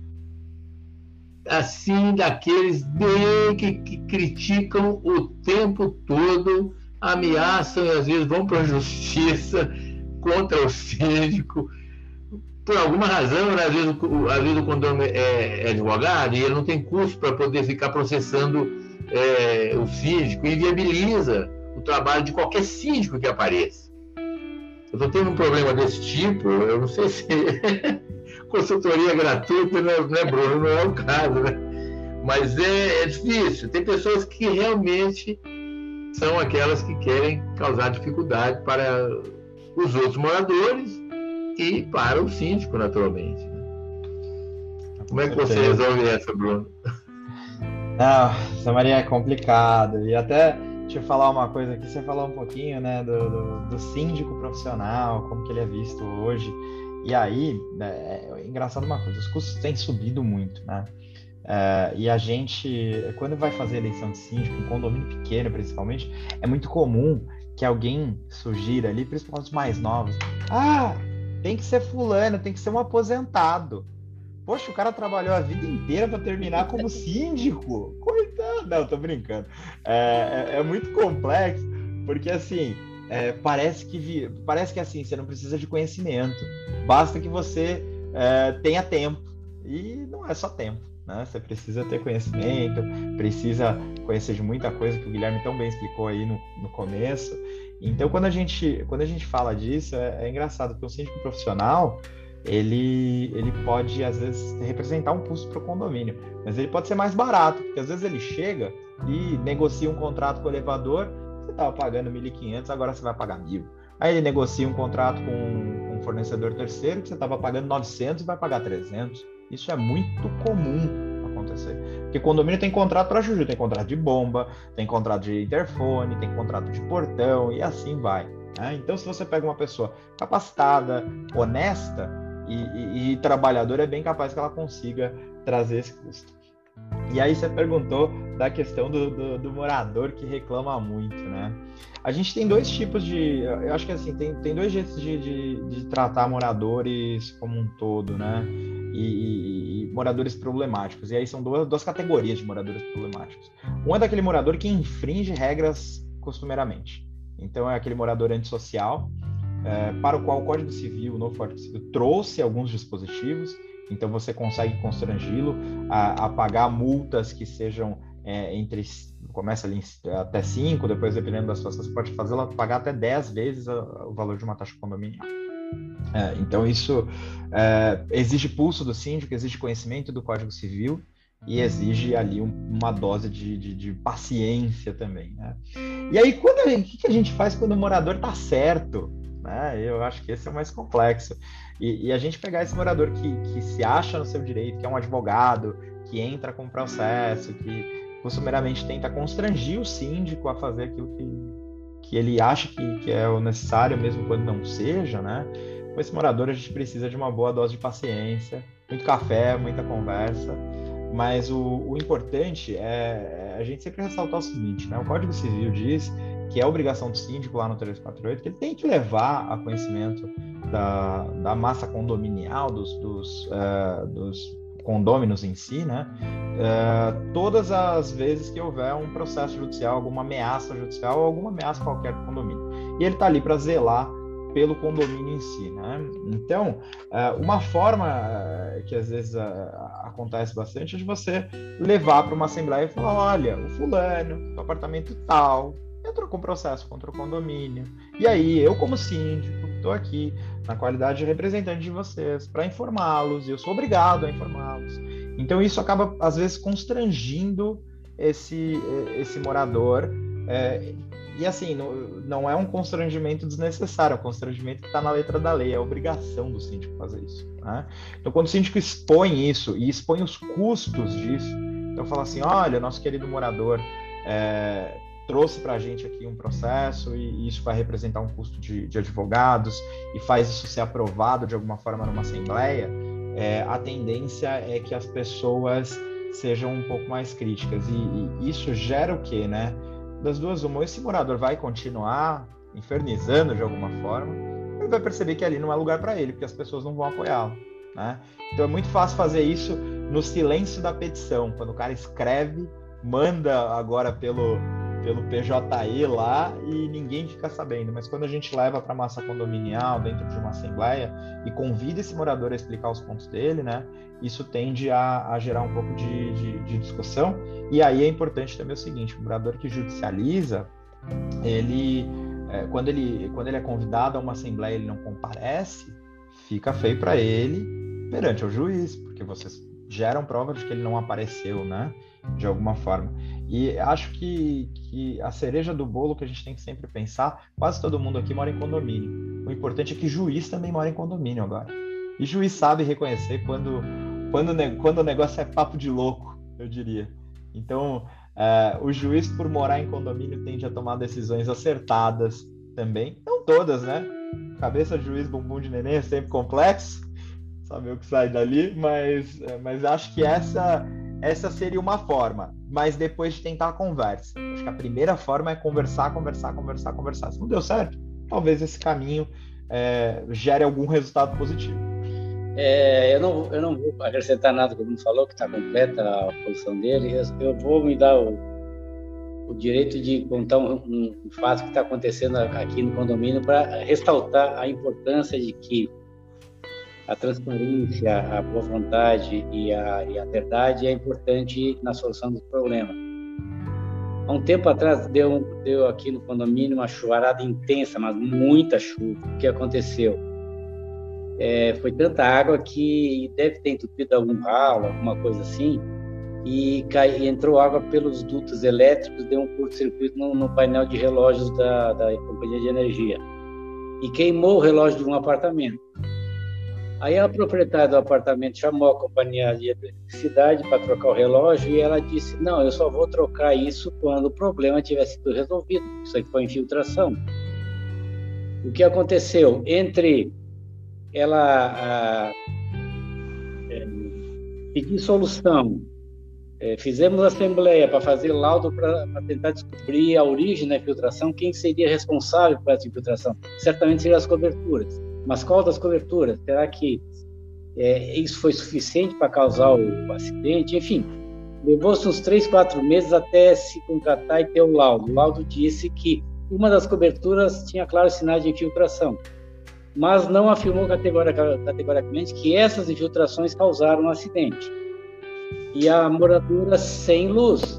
assim, daqueles bem que, que criticam o tempo todo, ameaçam e às vezes vão para a justiça contra o síndico por alguma razão, né? Às vezes, o, às vezes o condômino é, é advogado e ele não tem custo para poder ficar processando é, o síndico e viabiliza o trabalho de qualquer síndico que apareça. Eu estou tendo um problema desse tipo, eu não sei se consultoria gratuita, né, né, Bruno? Não é o caso, né? Mas é, é difícil. Tem pessoas que realmente são aquelas que querem causar dificuldade para os outros moradores e para o síndico, naturalmente. Né? Como é que você resolve essa, Bruno? Não, Zé Maria, é complicado. E até deixa eu falar uma coisa aqui, você falou um pouquinho, né, do, do, do síndico profissional, como que ele é visto hoje. E aí, é, é engraçado uma coisa, os custos têm subido muito, né? É, e a gente, quando vai fazer eleição de síndico, em condomínio pequeno principalmente, é muito comum que alguém sugira ali, principalmente os mais novos, ah, tem que ser fulano, tem que ser um aposentado. Poxa, o cara trabalhou a vida inteira para terminar como síndico. Coitado. Não, tô brincando. É, é, é muito complexo, porque assim, é, parece, que vi... parece que assim, você não precisa de conhecimento. Basta que você é, tenha tempo. E não é só tempo, né? Você precisa ter conhecimento, precisa conhecer de muita coisa que o Guilherme tão bem explicou aí no, no começo. Então, quando a gente, quando a gente fala disso, é, é engraçado, porque o síndico profissional, ele, ele pode, às vezes, representar um custo para o condomínio, mas ele pode ser mais barato, porque às vezes ele chega e negocia um contrato com o elevador, você estava pagando mil e quinhentos, agora você vai pagar mil. Aí ele negocia um contrato com um fornecedor terceiro, que você estava pagando novecentos e vai pagar trezentos. Isso é muito comum acontecer. Porque condomínio tem contrato para Juju, tem contrato de bomba, tem contrato de interfone, tem contrato de portão e assim vai. Né? Então, se você pega uma pessoa capacitada, honesta e, e, e trabalhadora, é bem capaz que ela consiga trazer esse custo. E aí você perguntou da questão do, do, do morador que reclama muito, né? A gente tem dois tipos de... Eu acho que assim, tem, tem dois jeitos de, de, de tratar moradores como um todo, né? E, e, e moradores problemáticos. E aí são duas, duas categorias de moradores problemáticos. Um é daquele morador que infringe regras costumeiramente. Então é aquele morador antissocial, é, para o qual o Código Civil, o novo Código Civil, trouxe alguns dispositivos. Então você consegue constrangi-lo a, a pagar multas que sejam é, entre... Começa ali até cinco, depois, dependendo da situação, você pode fazê-la pagar até dez vezes a, a, o valor de uma taxa condominial. É, então, isso é, exige pulso do síndico, exige conhecimento do Código Civil e exige ali um, uma dose de, de, de paciência também. Né? E aí, quando a gente, o que a gente faz quando o morador está certo? Né? Eu acho que esse é o mais complexo. E, e a gente pegar esse morador que, que se acha no seu direito, que é um advogado, que entra com processo, que costumeiramente tenta constrangir o síndico a fazer aquilo que, que ele acha que, que é o necessário, mesmo quando não seja, né? Com esse morador a gente precisa de uma boa dose de paciência, muito café, muita conversa, mas o, o importante é a gente sempre ressaltar o seguinte, né? O Código Civil diz que é obrigação do síndico lá no trezentos e quarenta e oito, que ele tem que levar a conhecimento da, da massa condominial, dos, dos, uh, dos condôminos em si, né? Uh, todas as vezes que houver um processo judicial, alguma ameaça judicial ou alguma ameaça qualquer do condomínio. E ele está ali para zelar pelo condomínio em si, né? Então, uh, uma forma uh, que às vezes uh, acontece bastante é de você levar para uma assembleia e falar, olha, o fulano, do apartamento tal, entrou com processo contra o condomínio. E aí, eu como síndico, estou aqui na qualidade de representante de vocês para informá-los, e eu sou obrigado a informá-los. Então, isso acaba, às vezes, constrangindo esse, esse morador. É, e, assim, não, não é um constrangimento desnecessário, é um constrangimento que está na letra da lei, é a obrigação do síndico fazer isso, né? Então, quando o síndico expõe isso e expõe os custos disso, então fala assim, olha, nosso querido morador é, trouxe para a gente aqui um processo e isso vai representar um custo de, de advogados e faz isso ser aprovado de alguma forma numa assembleia, é, a tendência é que as pessoas sejam um pouco mais críticas. E, e isso gera o quê, né? Das duas, uma, esse morador vai continuar infernizando de alguma forma, ele vai perceber que ali não é lugar para ele, porque as pessoas não vão apoiá-lo, né? Então é muito fácil fazer isso no silêncio da petição, quando o cara escreve, manda agora pelo, pelo P J E lá e ninguém fica sabendo. Mas quando a gente leva para a massa condominial, dentro de uma assembleia, e convida esse morador a explicar os pontos dele, né? Isso tende a, a gerar um pouco de, de, de discussão. E aí é importante também o seguinte, o morador que judicializa, ele, é, quando ele, quando ele é convidado a uma assembleia e ele não comparece, fica feio para ele perante o juiz, porque vocês geram prova de que ele não apareceu, né? De alguma forma. E acho que, que a cereja do bolo que a gente tem que sempre pensar, quase todo mundo aqui mora em condomínio. O importante é que juiz também mora em condomínio agora. E juiz sabe reconhecer quando, quando, quando o negócio é papo de louco, eu diria. Então, é, o juiz, por morar em condomínio, tende a tomar decisões acertadas também. Não todas, né? Cabeça de juiz, bumbum de neném é sempre complexo, saber o que sai dali, mas, mas acho que essa, essa seria uma forma. Mas depois de tentar a conversa. Acho que a primeira forma é conversar, conversar, conversar, conversar. Se não deu certo, talvez esse caminho é, gere algum resultado positivo. É, eu, não, eu não vou acrescentar nada que o Bruno falou, que está completa a posição dele. Eu, eu vou me dar o, o direito de contar um, um, um fato que está acontecendo aqui no condomínio para ressaltar a importância de que a transparência, a boa vontade e a, e a verdade é importante na solução dos problemas. Há um tempo atrás deu, deu aqui no condomínio uma chuvarada intensa, mas muita chuva. O que aconteceu? É, foi tanta água que deve ter entupido algum ralo, alguma coisa assim, e, cai, e entrou água pelos dutos elétricos, deu um curto-circuito no, no painel de relógios da, da companhia de energia e queimou o relógio de um apartamento. Aí a proprietária do apartamento chamou a companhia de eletricidade para trocar o relógio e ela disse, não, eu só vou trocar isso quando o problema tiver sido resolvido, isso aqui foi infiltração. O que aconteceu? Entre ela a, é, pedir solução, é, fizemos assembleia para fazer laudo para tentar descobrir a origem da infiltração, quem seria responsável por essa infiltração? Certamente seriam as coberturas. Mas qual das coberturas? Será que é, isso foi suficiente para causar o, o acidente? Enfim, levou-se uns três, quatro meses até se contratar e ter o laudo. O laudo disse que uma das coberturas tinha claros sinais de infiltração, mas não afirmou categoricamente que essas infiltrações causaram um acidente. E a moradora sem luz.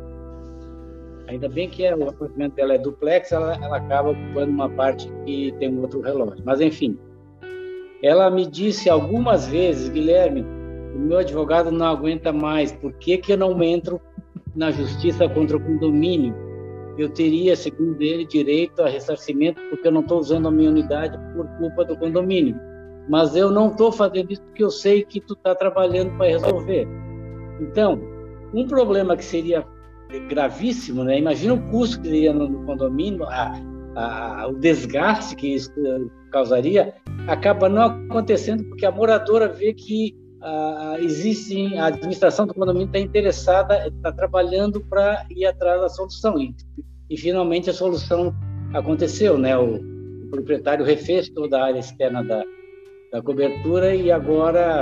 Ainda bem que o apartamento dela é duplex, ela, ela acaba ocupando uma parte que tem um outro relógio. Mas, enfim, ela me disse algumas vezes, Guilherme, o meu advogado não aguenta mais, por que que eu não entro na justiça contra o condomínio? Eu teria, segundo ele, direito a ressarcimento porque eu não estou usando a minha unidade por culpa do condomínio. Mas eu não estou fazendo isso porque eu sei que tu está trabalhando para resolver. Então, um problema que seria gravíssimo, né? Imagina o custo que seria no condomínio, a, a, o desgaste que isso causaria, acaba não acontecendo porque a moradora vê que a, existe, a administração do condomínio está interessada, está trabalhando para ir atrás da solução. E, e finalmente a solução aconteceu, né? O, o proprietário refez toda a área externa da, da cobertura e agora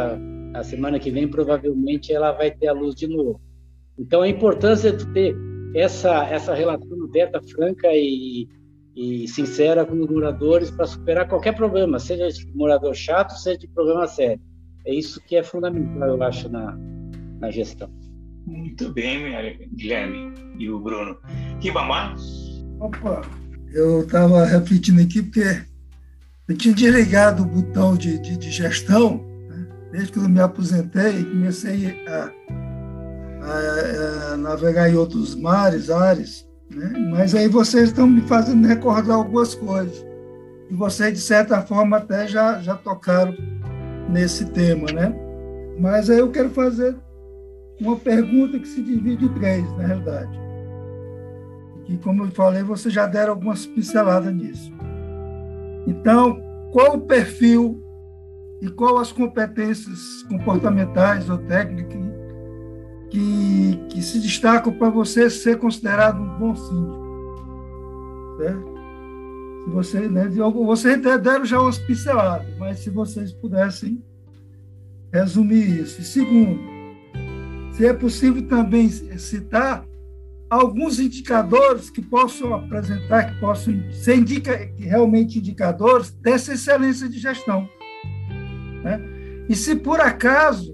a semana que vem provavelmente ela vai ter a luz de novo. Então, a importância de ter essa, essa relação aberta, franca e, e sincera com os moradores para superar qualquer problema, seja de morador chato, seja de problema sério. É isso que é fundamental, eu acho, na, na gestão. Muito bem, Guilherme e o Bruno. Ribamar? Opa, eu estava refletindo aqui porque eu tinha desligado o botão de, de, de gestão, né? Desde que eu me aposentei e comecei a, a, a navegar em outros mares, ares, né? Mas aí vocês estão me fazendo recordar algumas coisas. E vocês, de certa forma, até já, já tocaram nesse tema, né? Mas aí eu quero fazer uma pergunta que se divide em três, na realidade. E, como eu falei, vocês já deram algumas pinceladas nisso. Então, qual o perfil e qual as competências comportamentais ou técnicas que, que se destacam para você ser considerado um bom síndico? Certo? Se você, né, vocês até deram já umas pinceladas, mas se vocês pudessem resumir isso. E segundo, se é possível também citar alguns indicadores que possam apresentar, que possam ser indica, realmente indicadores dessa excelência de gestão, né? E se por acaso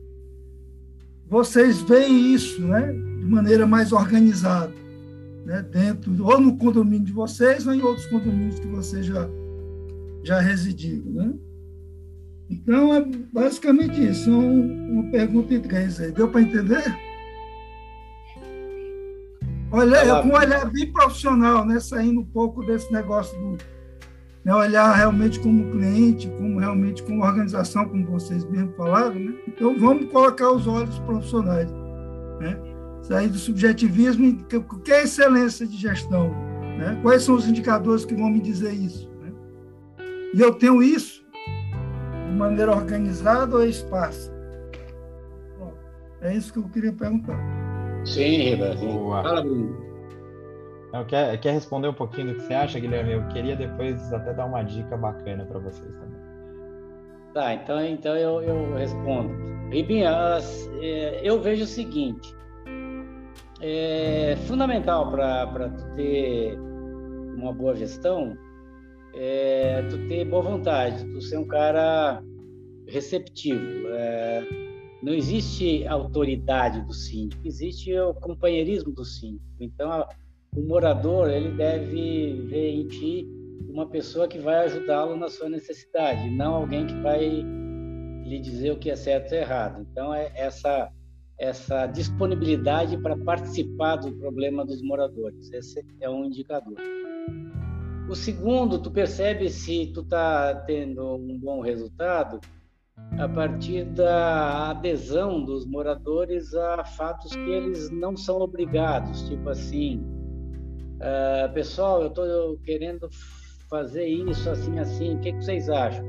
vocês veem isso, né, de maneira mais organizada, né, dentro, ou no condomínio de vocês, ou em outros condomínios que vocês já, já residiram, né? Então, é basicamente isso. É uma pergunta em três aí. Deu para entender? Olha, eu com um olhar bem profissional, né? Saindo um pouco desse negócio do, né, olhar realmente como cliente, como realmente como organização, como vocês mesmo falaram, né? Então, vamos colocar os olhos profissionais, né? Sair do subjetivismo, o que é excelência de gestão, né? Quais são os indicadores que vão me dizer isso, né? E eu tenho isso de maneira organizada ou esparsa? Bom, é isso que eu queria perguntar. Sim, Riba. Fala, Bruno. Não, quer, quer responder um pouquinho do que você acha, Guilherme? Eu queria depois até dar uma dica bacana para vocês também. Tá, então, então eu, eu respondo. Ribinha, as, é, eu vejo o seguinte, é fundamental para tu ter uma boa gestão, é tu ter boa vontade, tu ser um cara receptivo. É, não existe autoridade do síndico, existe o companheirismo do síndico. Então, a, o morador, ele deve ver em ti uma pessoa que vai ajudá-lo na sua necessidade, não alguém que vai lhe dizer o que é certo e errado. Então, é essa, essa disponibilidade para participar do problema dos moradores. Esse é um indicador. O segundo, tu percebe se tu está tendo um bom resultado a partir da adesão dos moradores a fatos que eles não são obrigados, tipo assim, uh, pessoal, eu estou querendo fazer isso, assim, assim, o que, que vocês acham?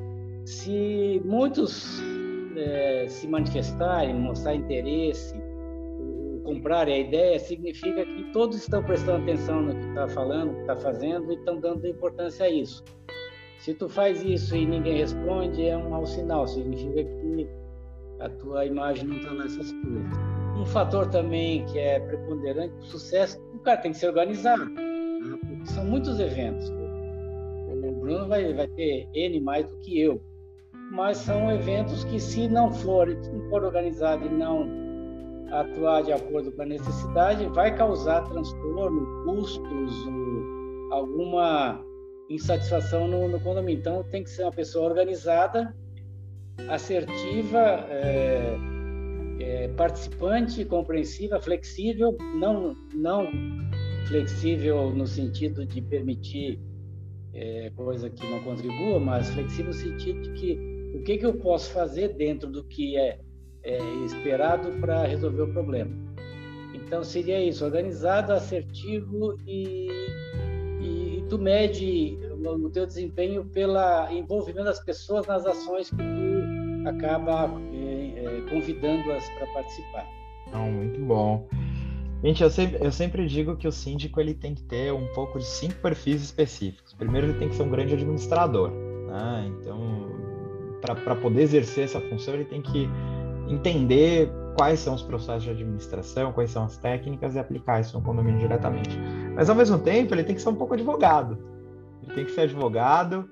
Se muitos é, se manifestarem, mostrar interesse, comprarem a ideia, significa que todos estão prestando atenção no que está falando, no que está fazendo, e estão dando importância a isso. Se tu faz isso e ninguém responde, é um mau sinal, significa que a tua imagem não está nessas coisas. Um fator também que é preponderante para o sucesso, o cara tem que se organizar, né? Porque são muitos eventos. O Bruno vai, vai ter N mais do que eu, mas são eventos que, se não for, se não for organizado e não atuar de acordo com a necessidade, vai causar transtorno, custos, ou alguma insatisfação no, no condomínio. Então, tem que ser uma pessoa organizada, assertiva, é, é, participante, compreensiva, flexível, não, não flexível no sentido de permitir é, coisa que não contribua, mas flexível no sentido de que o que, que eu posso fazer dentro do que é, é esperado para resolver o problema. Então, seria isso, organizado, assertivo e, e, e tu mede o teu desempenho pelo envolvimento das pessoas nas ações que tu acaba é, é, convidando-as para participar. Não, muito bom. Gente, eu sempre, eu sempre digo que o síndico ele tem que ter um pouco de cinco perfis específicos. Primeiro, ele tem que ser um grande administrador, né? Então, para poder exercer essa função, ele tem que entender quais são os processos de administração, quais são as técnicas e aplicar isso no condomínio diretamente. Mas, ao mesmo tempo, ele tem que ser um pouco advogado. Ele tem que ser advogado,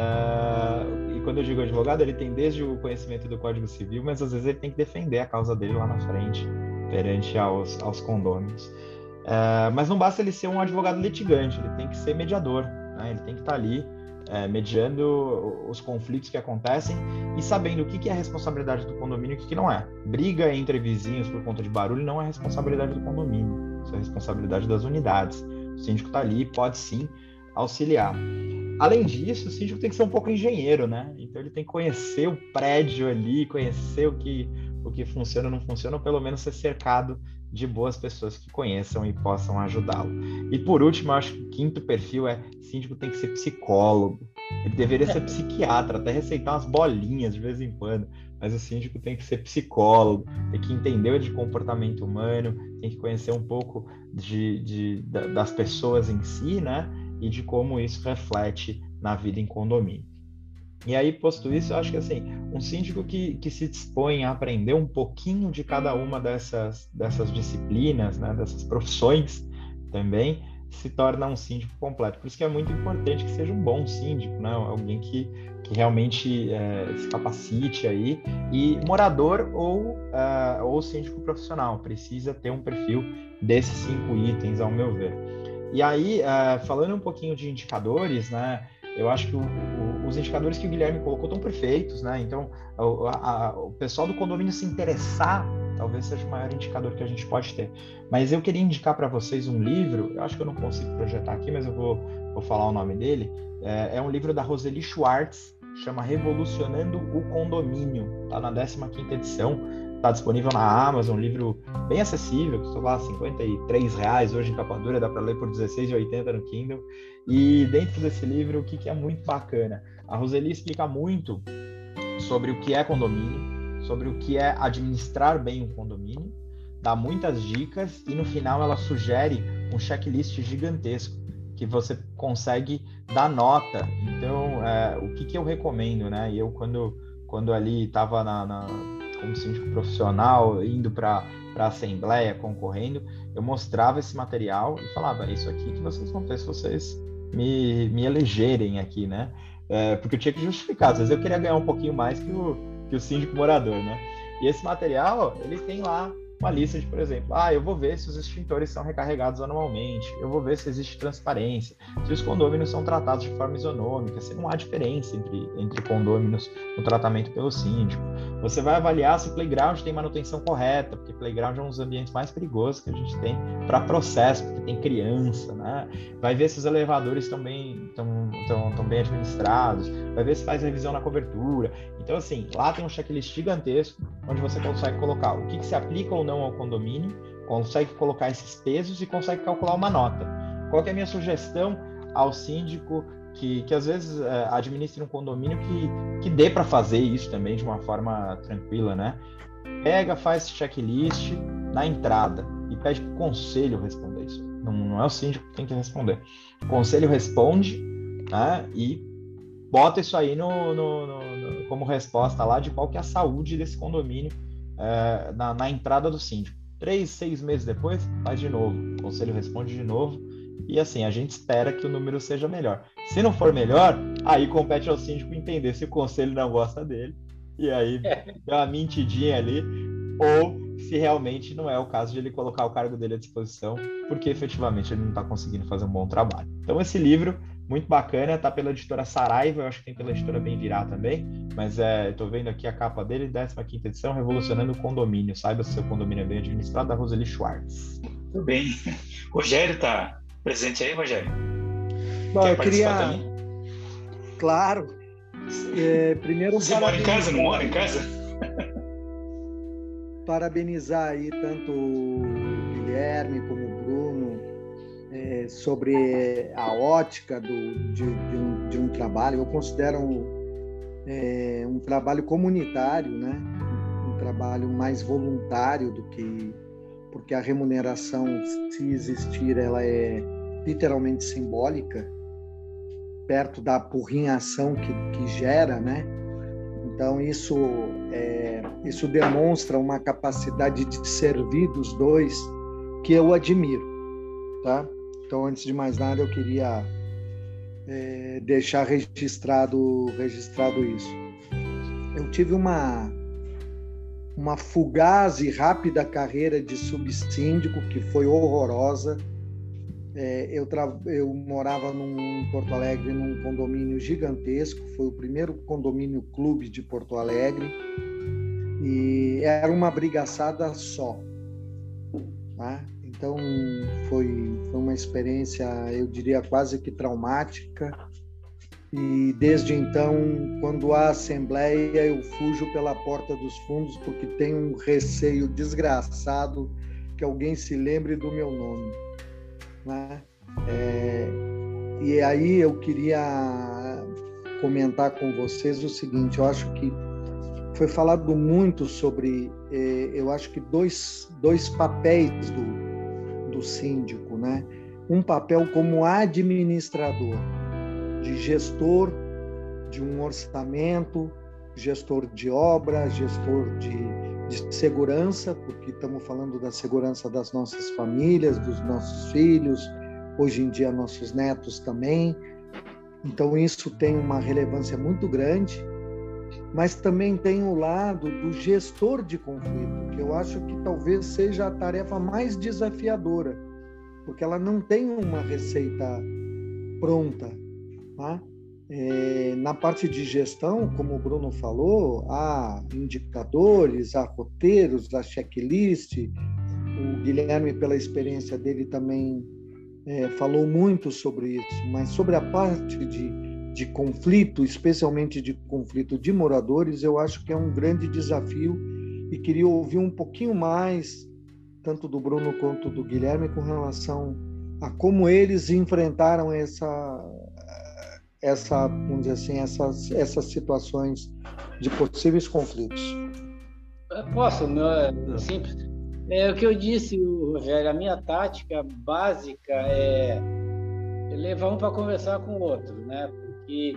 uh, e quando eu digo advogado, ele tem desde o conhecimento do Código Civil, mas às vezes ele tem que defender a causa dele lá na frente, perante aos, aos condôminos. Uh, mas não basta ele ser um advogado litigante, ele tem que ser mediador, né? Ele tem que estar ali uh, mediando os conflitos que acontecem e sabendo o que, que é responsabilidade do condomínio e o que, que não é. Briga entre vizinhos por conta de barulho não é responsabilidade do condomínio, isso é responsabilidade das unidades. O síndico está ali e pode sim auxiliar. Além disso, o síndico tem que ser um pouco engenheiro, né? Então ele tem que conhecer o prédio ali, conhecer o que, o que funciona ou não funciona, ou pelo menos ser cercado de boas pessoas que conheçam e possam ajudá-lo. E por último, eu acho que o quinto perfil é: síndico tem que ser psicólogo. Ele deveria ser psiquiatra, até receitar umas bolinhas de vez em quando, mas o síndico tem que ser psicólogo, tem que entender de comportamento humano, tem que conhecer um pouco de, de, das pessoas em si, né? E de como isso reflete na vida em condomínio. E aí, posto isso, eu acho que assim, um síndico que, que se dispõe a aprender um pouquinho de cada uma dessas, dessas disciplinas, né, dessas profissões também, se torna um síndico completo. Por isso que é muito importante que seja um bom síndico, né, alguém que, que realmente é, se capacite aí, e morador ou, uh, ou síndico profissional, precisa ter um perfil desses cinco itens, ao meu ver. E aí, uh, falando um pouquinho de indicadores, né, eu acho que o, o, os indicadores que o Guilherme colocou estão perfeitos, né? Então, o, a, o pessoal do condomínio se interessar, talvez seja o maior indicador que a gente pode ter. Mas eu queria indicar para vocês um livro, eu acho que eu não consigo projetar aqui, mas eu vou, vou falar o nome dele. É, é um livro da Roseli Schwartz, chama Revolucionando o Condomínio, está na décima quinta edição. Está disponível na Amazon, um livro bem acessível, custou lá cinquenta e três reais hoje em capa dura, dá para ler por dezesseis reais e oitenta centavos no Kindle. E dentro desse livro, o que, que é muito bacana? A Roseli explica muito sobre o que é condomínio, sobre o que é administrar bem um condomínio, dá muitas dicas e no final ela sugere um checklist gigantesco que você consegue dar nota. Então, é, o que, que eu recomendo, né? Eu, quando, quando ali estava na... na como síndico profissional, indo para a assembleia, concorrendo, eu mostrava esse material e falava: é isso aqui que vocês vão ter se vocês me, me elegerem aqui, né? É, porque eu tinha que justificar, às vezes eu queria ganhar um pouquinho mais que o, que o síndico morador, né? E esse material, ele tem lá uma lista de, por exemplo, ah, eu vou ver se os extintores são recarregados anualmente, eu vou ver se existe transparência, se os condôminos são tratados de forma isonômica, se não há diferença entre, entre condôminos no tratamento pelo síndico. Você vai avaliar se o playground tem manutenção correta, porque playground é um dos ambientes mais perigosos que a gente tem para processo, porque tem criança, né? Vai ver se os elevadores estão bem, estão, estão, estão bem administrados, vai ver se faz revisão na cobertura. Então, assim, lá tem um checklist gigantesco, onde você consegue colocar o que, que se aplica ou não ao condomínio, consegue colocar esses pesos e consegue calcular uma nota. Qual que é a minha sugestão ao síndico que, que às vezes é, administra um condomínio que, que dê para fazer isso também de uma forma tranquila, né? Pega, faz esse checklist na entrada e pede para o conselho responder isso. Não, não é o síndico que tem que responder. O conselho responde, né? E bota isso aí no, no, no, no, como resposta lá de qual que é a saúde desse condomínio é, na, na entrada do síndico. Três, seis meses depois, faz de novo. O conselho responde de novo. E assim, a gente espera que o número seja melhor. Se não for melhor, aí compete ao síndico entender se o conselho não gosta dele. E aí, dá uma mentidinha ali. Ou se realmente não é o caso de ele colocar o cargo dele à disposição, porque efetivamente ele não está conseguindo fazer um bom trabalho. Então esse livro, muito bacana, tá pela editora Saraiva, eu acho que tem pela editora Bem Virar também, mas é, eu tô vendo aqui a capa dele, décima quinta edição, Revolucionando o Condomínio. Saiba se seu condomínio é bem administrado, da Roseli Schwartz. Muito bem. Rogério tá presente aí, Rogério? Bom, Quer eu queria... também? Claro. É, primeiro, Você mora em casa, não mora em casa? Parabenizar aí tanto o Guilherme como o Bruno é, sobre a ótica do, de, de, um, de um trabalho. Eu considero um, é, um trabalho comunitário, né? Um trabalho mais voluntário do que... Porque a remuneração, se existir, ela é literalmente simbólica, perto da apurrinhação que, que gera, né? Então, isso, é, isso demonstra uma capacidade de servir dos dois que eu admiro, tá? Então, antes de mais nada, eu queria é, deixar registrado, registrado isso. Eu tive uma, uma fugaz e rápida carreira de subsíndico, que foi horrorosa. É, eu, tra... eu morava num, em Porto Alegre, num condomínio gigantesco, foi o primeiro condomínio clube de Porto Alegre, e era uma brigaçada só, tá? Então, foi, foi uma experiência, eu diria, quase que traumática, e desde então, quando há assembleia, eu fujo pela porta dos fundos, porque tenho um receio desgraçado que alguém se lembre do meu nome. Né? É, e aí eu queria comentar com vocês o seguinte, eu acho que foi falado muito sobre, é, eu acho que dois, dois papéis do, do síndico, né? Um papel como administrador, de gestor de um orçamento, gestor de obra, gestor de, de segurança, porque estamos falando da segurança das nossas famílias, dos nossos filhos, hoje em dia nossos netos também. Então isso tem uma relevância muito grande, mas também tem o lado do gestor de conflito, que eu acho que talvez seja a tarefa mais desafiadora, porque ela não tem uma receita pronta, tá? É, na parte de gestão, como o Bruno falou, há indicadores, há roteiros, há checklist. O Guilherme, pela experiência dele, também é, falou muito sobre isso, mas sobre a parte de, de conflito, especialmente de conflito de moradores, eu acho que é um grande desafio e queria ouvir um pouquinho mais, tanto do Bruno quanto do Guilherme, com relação a como eles enfrentaram essa... essa, vamos dizer assim, essas, essas situações de possíveis conflitos. Posso, meu, é simples. É o que eu disse, Rogério, a minha tática básica é levar um para conversar com o outro, né? Porque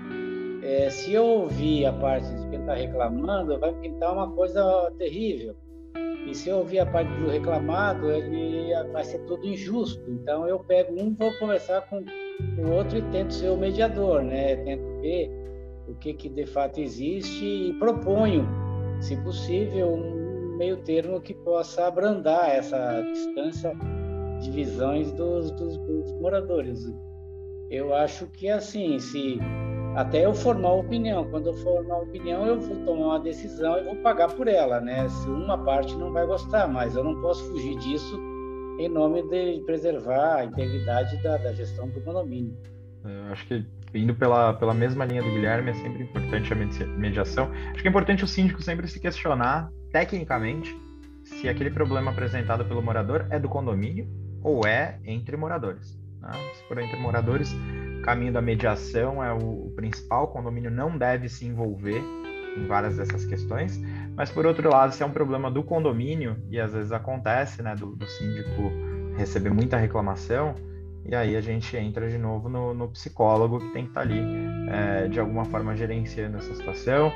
é, se eu ouvir a parte de quem está reclamando, vai pintar uma coisa terrível. E se eu ouvir a parte do reclamado, ele vai ser tudo injusto. Então eu pego um, vou conversar com o outro e tento ser o mediador, né? Tento ver o que, que de fato existe e proponho, se possível, um meio termo que possa abrandar essa distância de visões dos, dos, dos moradores. Eu acho que assim, se até eu formar uma opinião, quando eu formar uma opinião, eu vou tomar uma decisão e vou pagar por ela, né? Se uma parte não vai gostar, mas eu não posso fugir disso em nome de preservar a integridade da, da gestão do condomínio. Eu acho que, indo pela, pela mesma linha do Guilherme, é sempre importante a mediação. Acho que é importante o síndico sempre se questionar, tecnicamente, se aquele problema apresentado pelo morador é do condomínio ou é entre moradores. Né? Se for entre moradores, o caminho da mediação é o, o principal, o condomínio não deve se envolver em várias dessas questões, mas por outro lado, se é um problema do condomínio, e às vezes acontece, né, do, do síndico receber muita reclamação, e aí a gente entra de novo no, no psicólogo que tem que estar ali, é, de alguma forma gerenciando essa situação.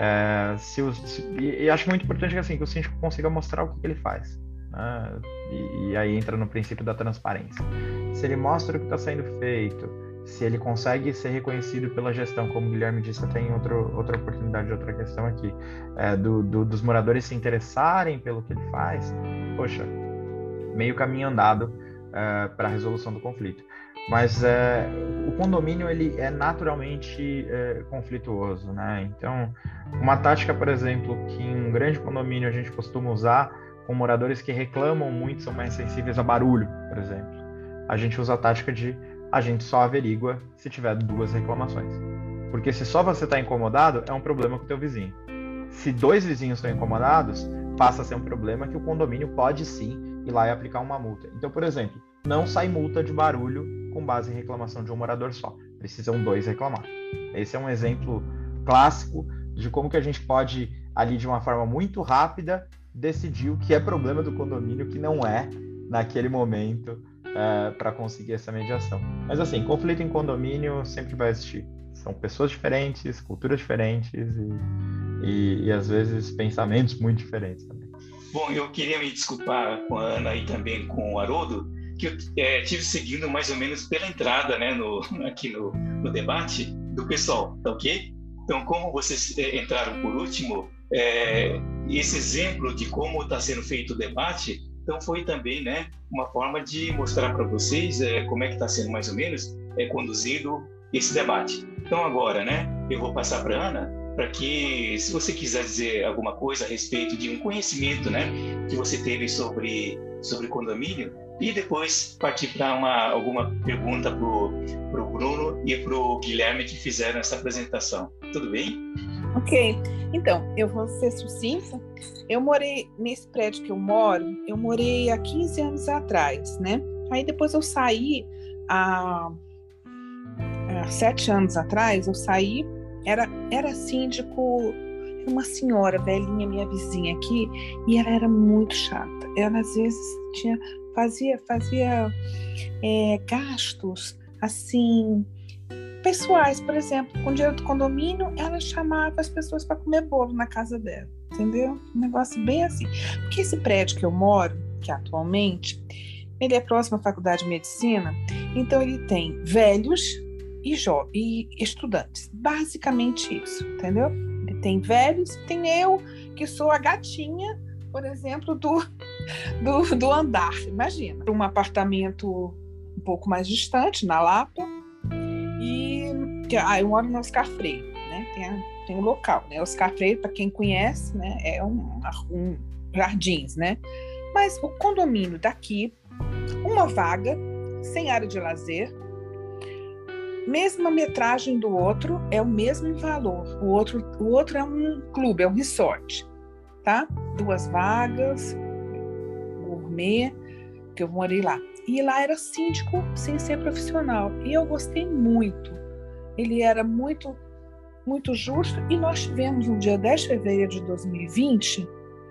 É, se os, se, e, e acho muito importante que, assim, que o síndico consiga mostrar o que, que ele faz, né? e, e aí entra no princípio da transparência. Se ele mostra o que está sendo feito, se ele consegue ser reconhecido pela gestão, como o Guilherme disse, tem outro, outra oportunidade, outra questão aqui, é, do, do, dos moradores se interessarem pelo que ele faz, poxa, meio caminho andado é, para a resolução do conflito. Mas é, o condomínio ele é naturalmente é, conflituoso, né? Então, uma tática, por exemplo, que em um grande condomínio a gente costuma usar com moradores que reclamam muito, são mais sensíveis a barulho, por exemplo. A gente usa a tática de a gente só averigua se tiver duas reclamações. Porque se só você está incomodado, é um problema com o teu vizinho. Se dois vizinhos estão incomodados, passa a ser um problema que o condomínio pode sim ir lá e aplicar uma multa. Então, por exemplo, não sai multa de barulho com base em reclamação de um morador só. Precisam dois reclamar. Esse é um exemplo clássico de como que a gente pode, ali de uma forma muito rápida, decidir o que é problema do condomínio, o que não é, naquele momento, é, para conseguir essa mediação. Mas assim, conflito em condomínio sempre vai existir. São pessoas diferentes, culturas diferentes, e e, e às vezes pensamentos muito diferentes também. Bom, eu queria me desculpar com a Ana e também com o Haroldo, que eu é, tive seguindo mais ou menos pela entrada, né, no, aqui no, no debate do pessoal, tá ok? Então, como vocês é, entraram por último, é, esse exemplo de como está sendo feito o debate, então foi também, né, uma forma de mostrar para vocês é, como é que está sendo mais ou menos é, conduzido esse debate. Então agora, né, eu vou passar para a Ana, para que, se você quiser dizer alguma coisa a respeito de um conhecimento, né, que você teve sobre, sobre condomínio, e depois partir para uma alguma pergunta para o Bruno e para o Guilherme que fizeram essa apresentação. Tudo bem? Ok. Então, eu vou ser sucinta. Eu morei nesse prédio que eu moro, eu morei há quinze anos atrás, né? Aí depois eu saí, há, há sete anos atrás, eu saí, era, era síndico, era uma senhora velhinha, minha vizinha aqui, e ela era muito chata. Ela, às vezes, tinha, fazia, fazia é, gastos, assim, pessoais. Por exemplo, com dinheiro do condomínio, ela chamava as pessoas para comer bolo na casa dela, entendeu? Um negócio bem assim. Porque esse prédio que eu moro, que atualmente, ele é próximo à Faculdade de Medicina, então ele tem velhos e, jo- e estudantes. Basicamente isso, entendeu? Ele tem velhos, tem eu, que sou a gatinha, por exemplo, do, do, do andar. Imagina, um apartamento um pouco mais distante, na Lapa, e ah, eu moro no Oscar Freire, né? Tem, a, tem um local, né? Oscar Freire, para quem conhece, né? É um, um jardins, né? Mas o condomínio daqui, uma vaga, sem área de lazer, mesma metragem do outro, é o mesmo valor. O outro, o outro é um clube, é um resort, tá? Duas vagas, gourmet, que eu morei lá. E lá era síndico sem ser profissional. E eu gostei muito. Ele era muito, muito justo. E nós tivemos, no dia dez de fevereiro de dois mil e vinte,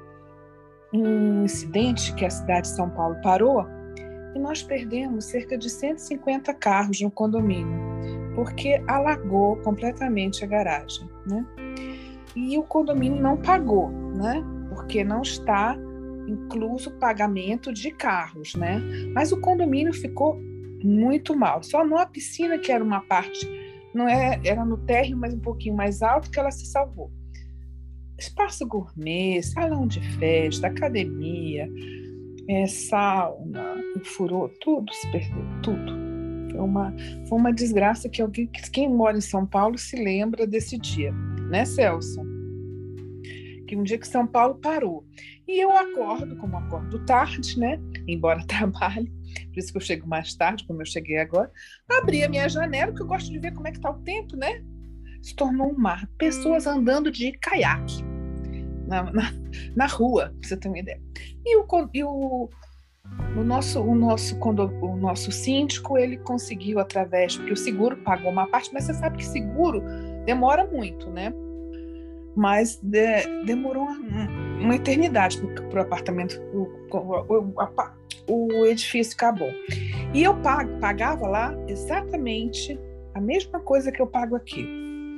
um incidente que a cidade de São Paulo parou, e nós perdemos cerca de cento e cinquenta carros no condomínio, porque alagou completamente a garagem, né? E o condomínio não pagou, né? Porque não está incluso o pagamento de carros, né? Mas o condomínio ficou muito mal. Só numa piscina, que era uma parte, não é, era no térreo, mas um pouquinho mais alto, que ela se salvou. Espaço gourmet, salão de festa, academia, é, sauna, furou, tudo se perdeu, tudo. Foi uma, foi uma desgraça que alguém, quem mora em São Paulo se lembra desse dia, né, Celso? Que um dia que São Paulo parou. E eu acordo, como acordo tarde, né? Embora trabalhe, por isso que eu chego mais tarde, como eu cheguei agora, abri a minha janela, porque eu gosto de ver como é que está o tempo, né? Se tornou um mar. Pessoas andando de caiaque na, na, na rua, pra você ter uma ideia. E o, e o, o, nosso, o, nosso, quando, o nosso síndico, ele conseguiu através, porque o seguro pagou uma parte, mas você sabe que seguro demora muito, né? Mas de, demorou uma, uma eternidade para o apartamento, o, o, o, o edifício acabou. E eu pago, pagava lá exatamente a mesma coisa que eu pago aqui.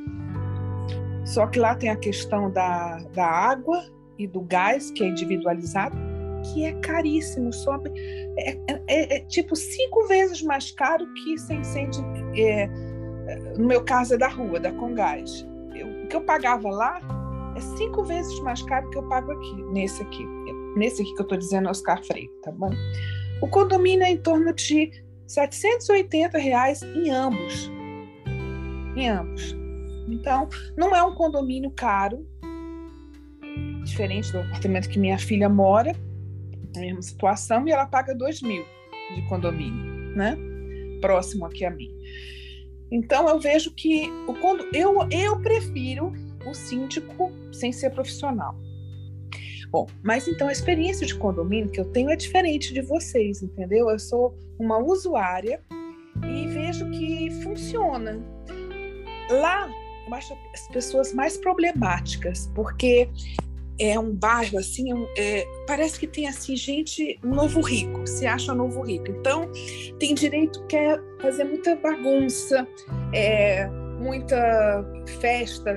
Só que lá tem a questão da, da água e do gás, que é individualizado, que é caríssimo. Sobe, é, é, é tipo cinco vezes mais caro que sem incêndio. É, no meu caso é da rua, da Congás. Eu, o que eu pagava lá é cinco vezes mais caro que eu pago aqui, nesse aqui. Nesse aqui que eu estou dizendo, Oscar Freire, tá bom? O condomínio é em torno de setecentos e oitenta reais em ambos. Em ambos. Então, não é um condomínio caro, diferente do apartamento que minha filha mora, na mesma situação, e ela paga dois mil de condomínio, né? Próximo aqui a mim. Então, eu vejo que o condo... eu, eu prefiro o síndico sem ser profissional. Bom, mas então a experiência de condomínio que eu tenho é diferente de vocês, entendeu? Eu sou uma usuária e vejo que funciona. Lá, eu acho as pessoas mais problemáticas, porque é um bairro assim, é, parece que tem assim gente, um novo rico, se acha novo rico. Então, tem direito, quer fazer muita bagunça, é, muita festa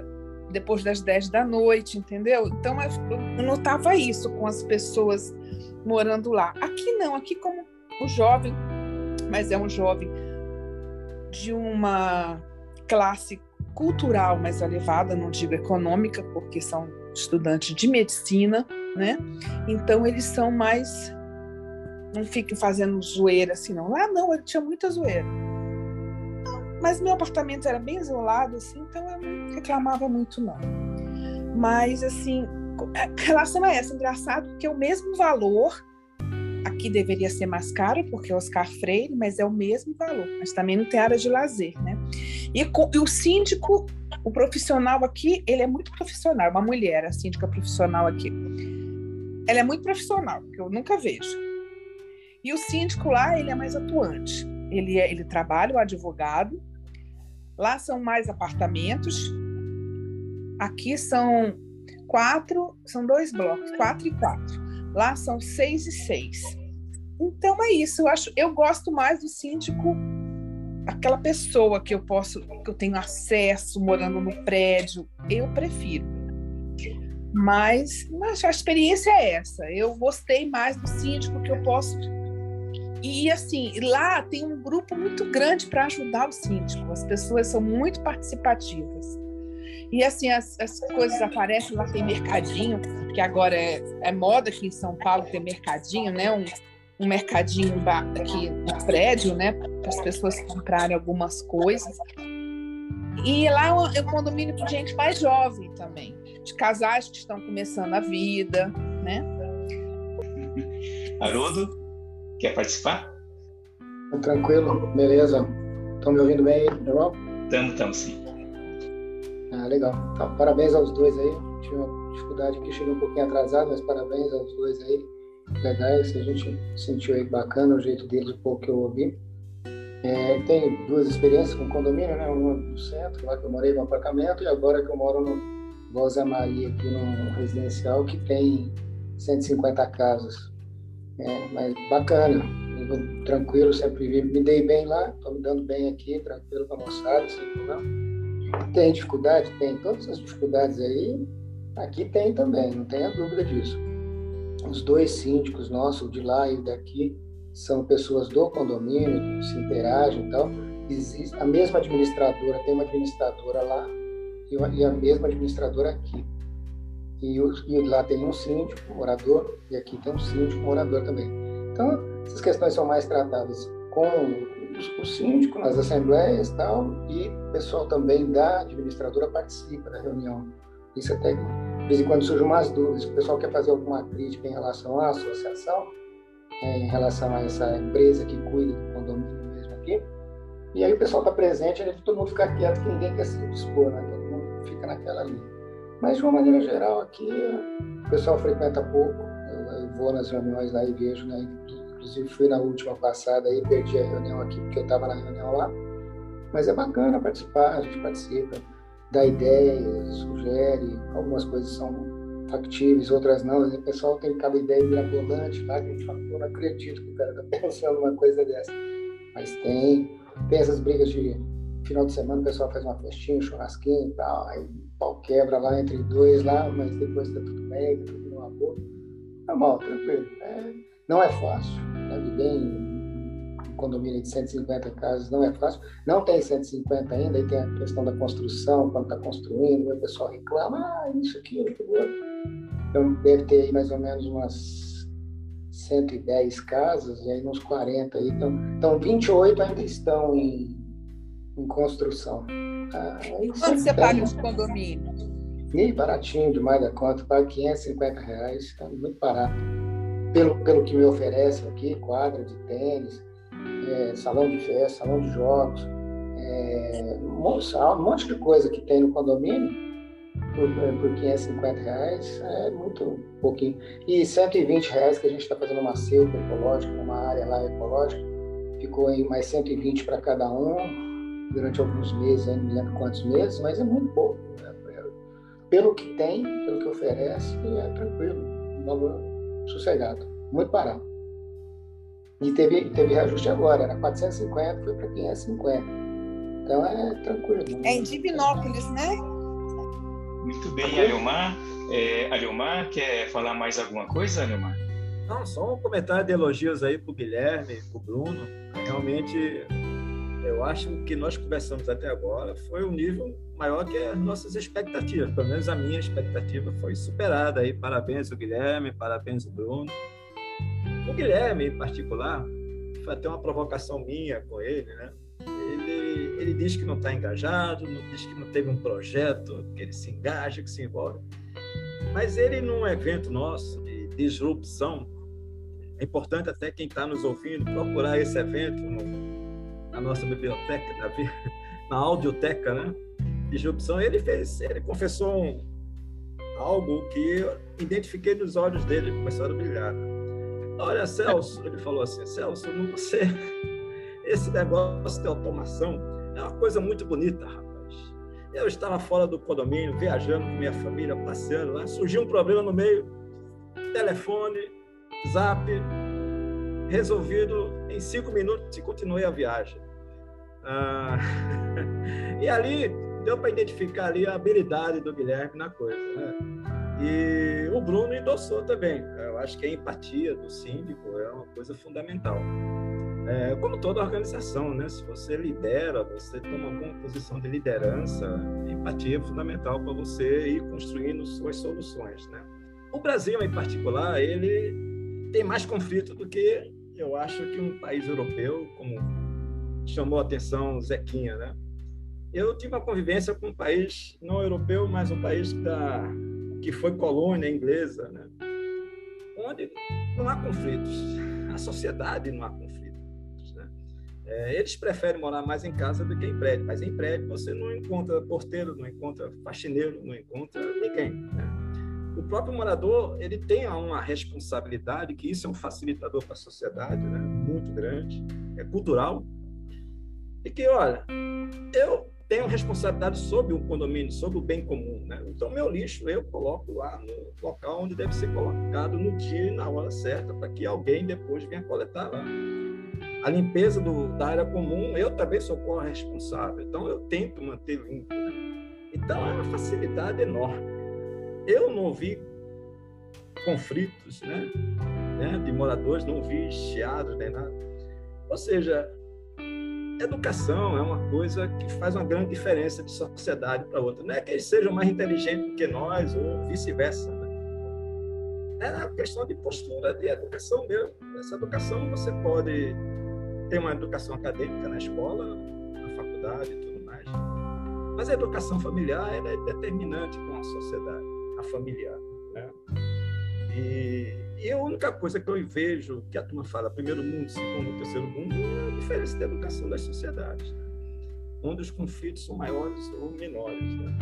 depois das dez da noite, entendeu? Então eu notava isso com as pessoas morando lá. Aqui não, aqui como o jovem, mas é um jovem de uma classe cultural mais elevada, não digo econômica, porque são estudantes de medicina, né? Então eles são mais, não ficam fazendo zoeira assim, não. Lá não, ele tinha muita zoeira. Mas meu apartamento era bem isolado, assim, então eu não reclamava muito, não. Mas, assim, em relação a essa, engraçado, porque é o mesmo valor, aqui deveria ser mais caro, porque é Oscar Freire, mas é o mesmo valor, mas também não tem área de lazer, né? E, e o síndico, o profissional aqui, ele é muito profissional, uma mulher, a síndica profissional aqui. Ela é muito profissional, que eu nunca vejo. E o síndico lá, ele é mais atuante. Ele, é, ele trabalha, o advogado. Lá são mais apartamentos. Aqui são quatro, são dois blocos, quatro e quatro. Lá são seis e seis. Então é isso. Eu acho, eu gosto mais do síndico, aquela pessoa que eu posso, que eu tenho acesso, morando no prédio. Eu prefiro. Mas, mas a experiência é essa. Eu gostei mais do síndico que eu posso. E, assim, lá tem um grupo muito grande para ajudar o síndico. As pessoas são muito participativas. E, assim, as, as coisas aparecem. Lá tem mercadinho, que agora é, é moda aqui em São Paulo ter mercadinho, né? Um, um mercadinho aqui no prédio, né? Para as pessoas comprarem algumas coisas. E lá é um condomínio com gente mais jovem também. De casais que estão começando a vida, né? Haroldo? Quer participar? Tranquilo, beleza. Estão me ouvindo bem aí, normal? Estamos, estamos sim. Ah, legal. Então, parabéns aos dois aí. Tive uma dificuldade aqui, cheguei um pouquinho atrasado, mas parabéns aos dois aí. Legais, a gente sentiu aí bacana o jeito deles, o pouco que eu ouvi. É, tem duas experiências com condomínio, né? Uma no centro, lá que eu morei no apartamento, e agora que eu moro no igual Zé Maria, aqui no residencial, que tem cento e cinquenta casas. É, mas bacana, tranquilo, sempre me dei bem lá, estou me dando bem aqui, tranquilo com a moçada, sem problema. Tem dificuldade? Tem. Todas as dificuldades aí, aqui tem também, não tenha dúvida disso. Os dois síndicos nossos, o de lá e o daqui, são pessoas do condomínio, se interagem e tal. Existe a mesma administradora, tem uma administradora lá e a mesma administradora aqui. E, o, e lá tem um síndico, morador, e aqui tem um síndico, morador também. Então, essas questões são mais tratadas com o, o síndico, nas assembleias e tal, e o pessoal também da administradora participa da reunião. Isso até, de vez em quando, surgem umas dúvidas. O pessoal quer fazer alguma crítica em relação à associação, é, em relação a essa empresa que cuida do condomínio mesmo aqui. E aí o pessoal está presente, e todo mundo fica quieto, que ninguém quer se dispor, né? Todo mundo fica naquela linha. Mas, de uma maneira geral, aqui o pessoal frequenta pouco. Eu, eu vou nas reuniões lá e vejo, né? Inclusive, fui na última passada e perdi a reunião aqui, porque eu estava na reunião lá. Mas é bacana participar, a gente participa, dá ideia, sugere. Algumas coisas são factíveis, outras não. O pessoal tem cada ideia mirabolante lá, que a gente fala, pô, não acredito que o cara está pensando numa coisa dessa. Mas tem. Tem essas brigas de final de semana, o pessoal faz uma festinha, um churrasquinho e tal, aí o pau quebra lá entre dois lá, mas depois tá tudo bem, tá tudo no amor. Normal, tranquilo. É, não é fácil, né? Viver em um condomínio de cento e cinquenta casas não é fácil. Não tem cento e cinquenta ainda, aí tem a questão da construção, quando está construindo, o pessoal reclama, ah, isso aqui, aquilo outro. Então deve ter aí mais ou menos umas cento e dez casas, e aí uns quarenta aí, então, então vinte e oito ainda estão em, em construção. Ah, quanto você paga de condomínio? E baratinho demais da conta, paga quinhentos e cinquenta reais, é muito barato. Pelo, pelo que me oferecem aqui, quadra de tênis, é, salão de festa, salão de jogos, é, um monte de coisa que tem no condomínio, por, por quinhentos e cinquenta reais, é muito pouquinho. E cento e vinte reais que a gente está fazendo uma cerca ecológica, uma área lá ecológica, ficou em mais cento e vinte para cada um, durante alguns meses, eu não me lembro quantos meses, mas é muito pouco, né? Pelo que tem, pelo que oferece, é tranquilo, um valor sossegado, muito barato. E teve, teve reajuste agora, era quatrocentos e cinquenta, foi para quinhentos e cinquenta. Então é tranquilo. É em Divinópolis, né? Muito bem, Aleomar. É, Aleomar, quer falar mais alguma coisa, Aleomar? Não, só um comentário de elogios aí para o Guilherme, para o Bruno. Realmente, eu acho que o que nós conversamos até agora foi um nível maior que as nossas expectativas. Pelo menos a minha expectativa foi superada. Aí, parabéns ao Guilherme, parabéns ao Bruno. O Guilherme, em particular, foi até uma provocação minha com ele, né? Ele, ele diz que não está engajado, não diz que não teve um projeto, que ele se engaja, que se envolve. Mas ele, num evento nosso de disrupção, é importante até quem está nos ouvindo procurar esse evento no, na nossa biblioteca, na, na audioteca, né? Disrupção. Ele fez, ele confessou um, algo que eu identifiquei nos olhos dele, começaram a brilhar. Olha, Celso, ele falou assim, Celso, não você... esse negócio de automação é uma coisa muito bonita, rapaz. Eu estava fora do condomínio, viajando com minha família, passeando lá, surgiu um problema no meio, telefone, zap, resolvido em cinco minutos e continuei a viagem. Ah, e ali deu para identificar ali a habilidade do Guilherme na coisa, né? E o Bruno endossou também. Eu acho que a empatia do síndico é uma coisa fundamental. É, como toda organização, né? Se você lidera, você toma alguma posição de liderança, empatia é fundamental para você ir construindo suas soluções, né? O Brasil, em particular, ele tem mais conflito do que, eu acho, que um país europeu, como chamou a atenção Zequinha, né? Eu tive uma convivência com um país não europeu, mas um país que, tá, que foi colônia inglesa, né? Onde não há conflitos. A sociedade não há conflitos. É, eles preferem morar mais em casa do que em prédio, mas em prédio você não encontra porteiro, não encontra faxineiro, não encontra ninguém, né? O próprio morador, ele tem uma responsabilidade, que isso é um facilitador para a sociedade, né? Muito grande, é cultural, e que, olha, eu tenho responsabilidade sobre o condomínio, sobre o bem comum, né? Então, meu lixo eu coloco lá no local onde deve ser colocado, no dia e na hora certa, para que alguém depois venha coletar lá. A limpeza do, da área comum, eu também sou corresponsável. Então, eu tento manter limpo, né? Então, é uma facilidade enorme. Eu não vi conflitos, né? né? de moradores, não vi chiados nem nada. Ou seja, educação é uma coisa que faz uma grande diferença de sociedade para outra. Não é que eles sejam mais inteligentes do que nós ou vice-versa, né? É uma questão de postura, de educação mesmo. Essa educação você pode... Tem uma educação acadêmica na escola, na faculdade e tudo mais. Mas a educação familiar ela é determinante para uma sociedade, a familiar, né? E, e a única coisa que eu vejo que a turma fala, primeiro mundo, segundo, terceiro mundo, é a diferença da educação das sociedades, né? Onde os conflitos são maiores ou menores, né?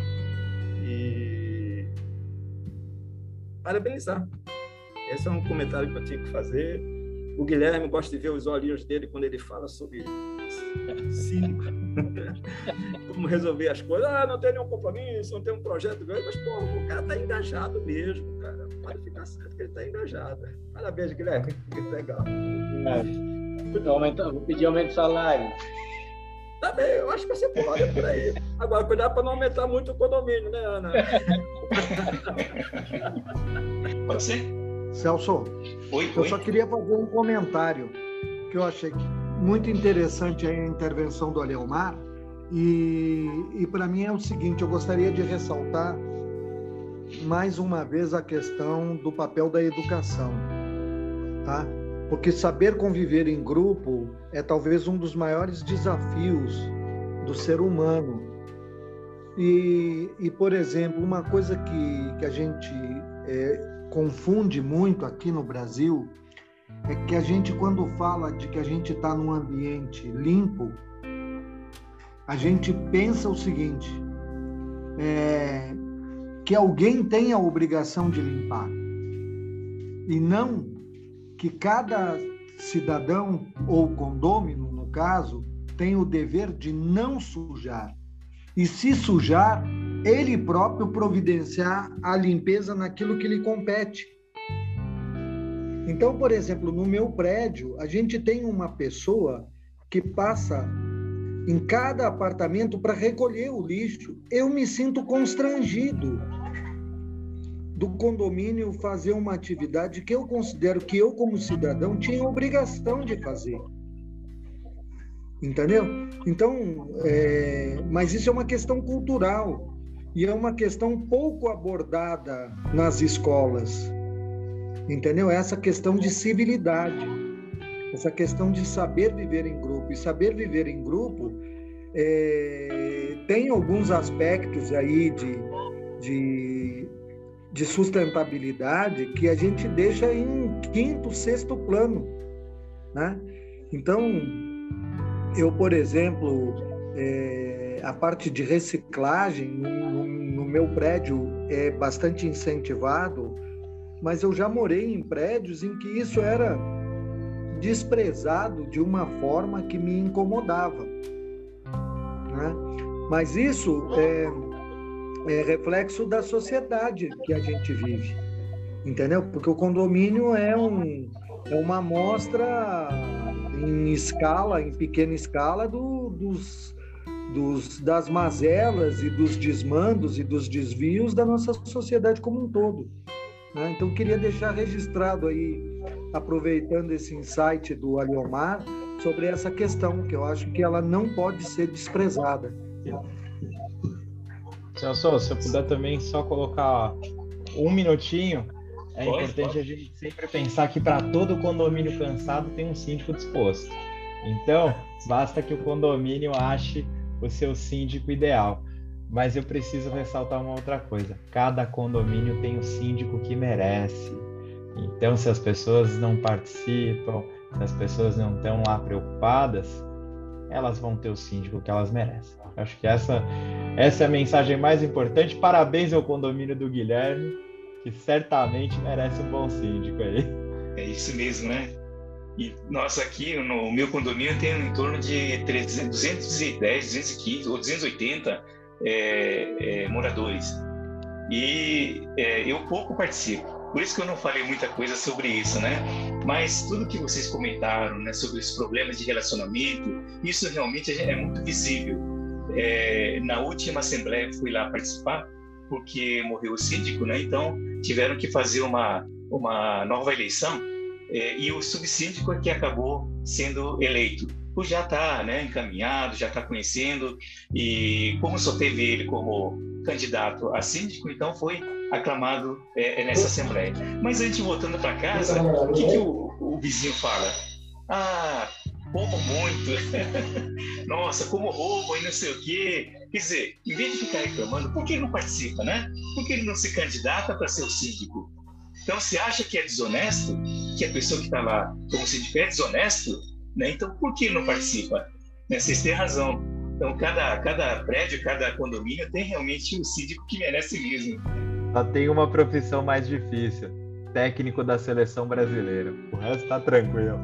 E parabenizar. Esse é um comentário que eu tinha que fazer. O Guilherme gosta de ver os olhinhos dele quando ele fala sobre cínico, como resolver as coisas. Ah, não tem nenhum compromisso, não tem um projeto grande, mas, pô, o cara está engajado mesmo, cara. Pode ficar certo que ele está engajado. Parabéns, Guilherme, que legal. É. Vou pedir aumento de salário. Tá bem, eu acho que você pode por aí. Agora, cuidado para não aumentar muito o condomínio, né, Ana? Pode ser? Celso, oi, eu oi. só queria fazer um comentário que eu achei muito interessante a intervenção do Aleomar e, e para mim é o seguinte, eu gostaria de ressaltar mais uma vez a questão do papel da educação, tá? Porque saber conviver em grupo é talvez um dos maiores desafios do ser humano. E, e por exemplo, uma coisa que, que a gente é, confunde muito aqui no Brasil é que a gente, quando fala de que a gente está num ambiente limpo, a gente pensa o seguinte, é, que alguém tem a obrigação de limpar e não que cada cidadão ou condômino, no caso, tem o dever de não sujar. E se sujar, ele próprio providenciar a limpeza naquilo que lhe compete. Então, por exemplo, no meu prédio, a gente tem uma pessoa que passa em cada apartamento para recolher o lixo. Eu me sinto constrangido do condomínio fazer uma atividade que eu considero que eu, como cidadão, tinha obrigação de fazer. Entendeu? Então, é... mas isso é uma questão cultural e é uma questão pouco abordada nas escolas. Entendeu? Essa questão de civilidade, essa questão de saber viver em grupo. E saber viver em grupo é... tem alguns aspectos aí de... de de sustentabilidade que a gente deixa em quinto, sexto plano, né? Então, eu, por exemplo, é, a parte de reciclagem no, no meu prédio é bastante incentivado, mas eu já morei em prédios em que isso era desprezado de uma forma que me incomodava, né? Mas isso é é reflexo da sociedade que a gente vive, entendeu? Porque o condomínio é, um, é uma amostra em escala, em pequena escala, do, dos, dos, das mazelas e dos desmandos e dos desvios da nossa sociedade como um todo, né? Então, queria deixar registrado aí, aproveitando esse insight do Aliomar, sobre essa questão, que eu acho que ela não pode ser desprezada. Celso, se eu puder também só colocar um minutinho, é pode, importante pode. A gente sempre pensar que para todo condomínio cansado tem um síndico disposto. Então, basta que o condomínio ache o seu síndico ideal. Mas eu preciso ressaltar uma outra coisa. Cada condomínio tem o síndico que merece. Então, se as pessoas não participam, se as pessoas não estão lá preocupadas, elas vão ter o síndico que elas merecem. Acho que essa, essa é a mensagem mais importante. Parabéns ao condomínio do Guilherme, que certamente merece um bom síndico aí. É isso mesmo, né? E nós aqui no meu condomínio tem em torno de trezentos, duzentos e dez, duzentos e quinze ou duzentos e oitenta é, é, moradores. E é, eu pouco participo. Por isso que eu não falei muita coisa sobre isso, né? Mas tudo que vocês comentaram, né, sobre os problemas de relacionamento, isso realmente é muito visível. É, na última assembleia que fui lá participar, porque morreu o síndico, né? Então tiveram que fazer uma, uma nova eleição, é, e o subsíndico é que acabou sendo eleito. Por já está, né, encaminhado, já está conhecendo, e como só teve ele como candidato a síndico, então foi aclamado é, nessa assembleia. Mas a gente voltando para casa, o que, que o, o vizinho fala? Ah, roubam muito, nossa, como roubam e não sei o quê. Quer dizer, em vez de ficar reclamando, por que ele não participa, né? Por que ele não se candidata para ser o síndico? Então, se acha que é desonesto, que a pessoa que está lá como síndico é desonesto, né? Então, por que ele não participa? Né? Vocês têm razão. Então, cada, cada prédio, cada condomínio tem realmente um síndico que merece mesmo. Só tem uma profissão mais difícil, técnico da seleção brasileira. O resto tá tranquilo.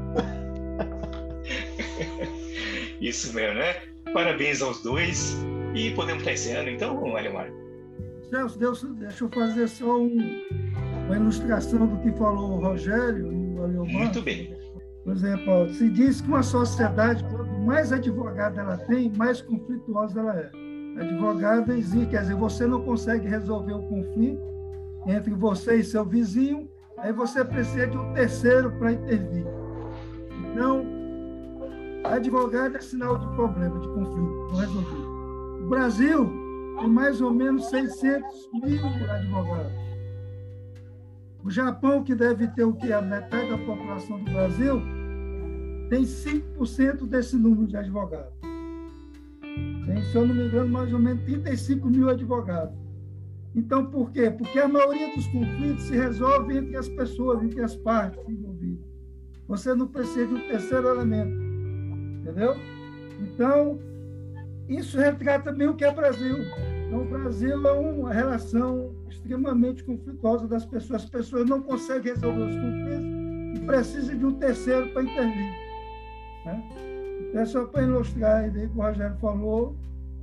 Isso mesmo, né? Parabéns aos dois. E podemos estar encerrando, então, Aliomar? Celso, deixa eu fazer só um, uma ilustração do que falou o Rogério e o Aliomar. Muito bem. Por exemplo, se diz que uma sociedade, quanto mais advogada ela tem, mais conflituosa ela é. Advogada existe, quer dizer, você não consegue resolver o conflito entre você e seu vizinho, aí você precisa de um terceiro para intervir. Então, advogado é sinal de problema, de conflito, não resolvido. O Brasil tem mais ou menos seiscentos mil advogados. O Japão, que deve ter o quê? A metade da população do Brasil, tem cinco por cento desse número de advogados. Tem, se eu não me engano, mais ou menos trinta e cinco mil advogados. Então, por quê? Porque a maioria dos conflitos se resolve entre as pessoas, entre as partes envolvidas. Você não precisa de um terceiro elemento, entendeu? Então, isso retrata bem o que é Brasil. Então, o Brasil é uma relação extremamente conflituosa das pessoas. As pessoas não conseguem resolver os conflitos e precisam de um terceiro para intervir, né? Então, é só para ilustrar a ideia que o Rogério falou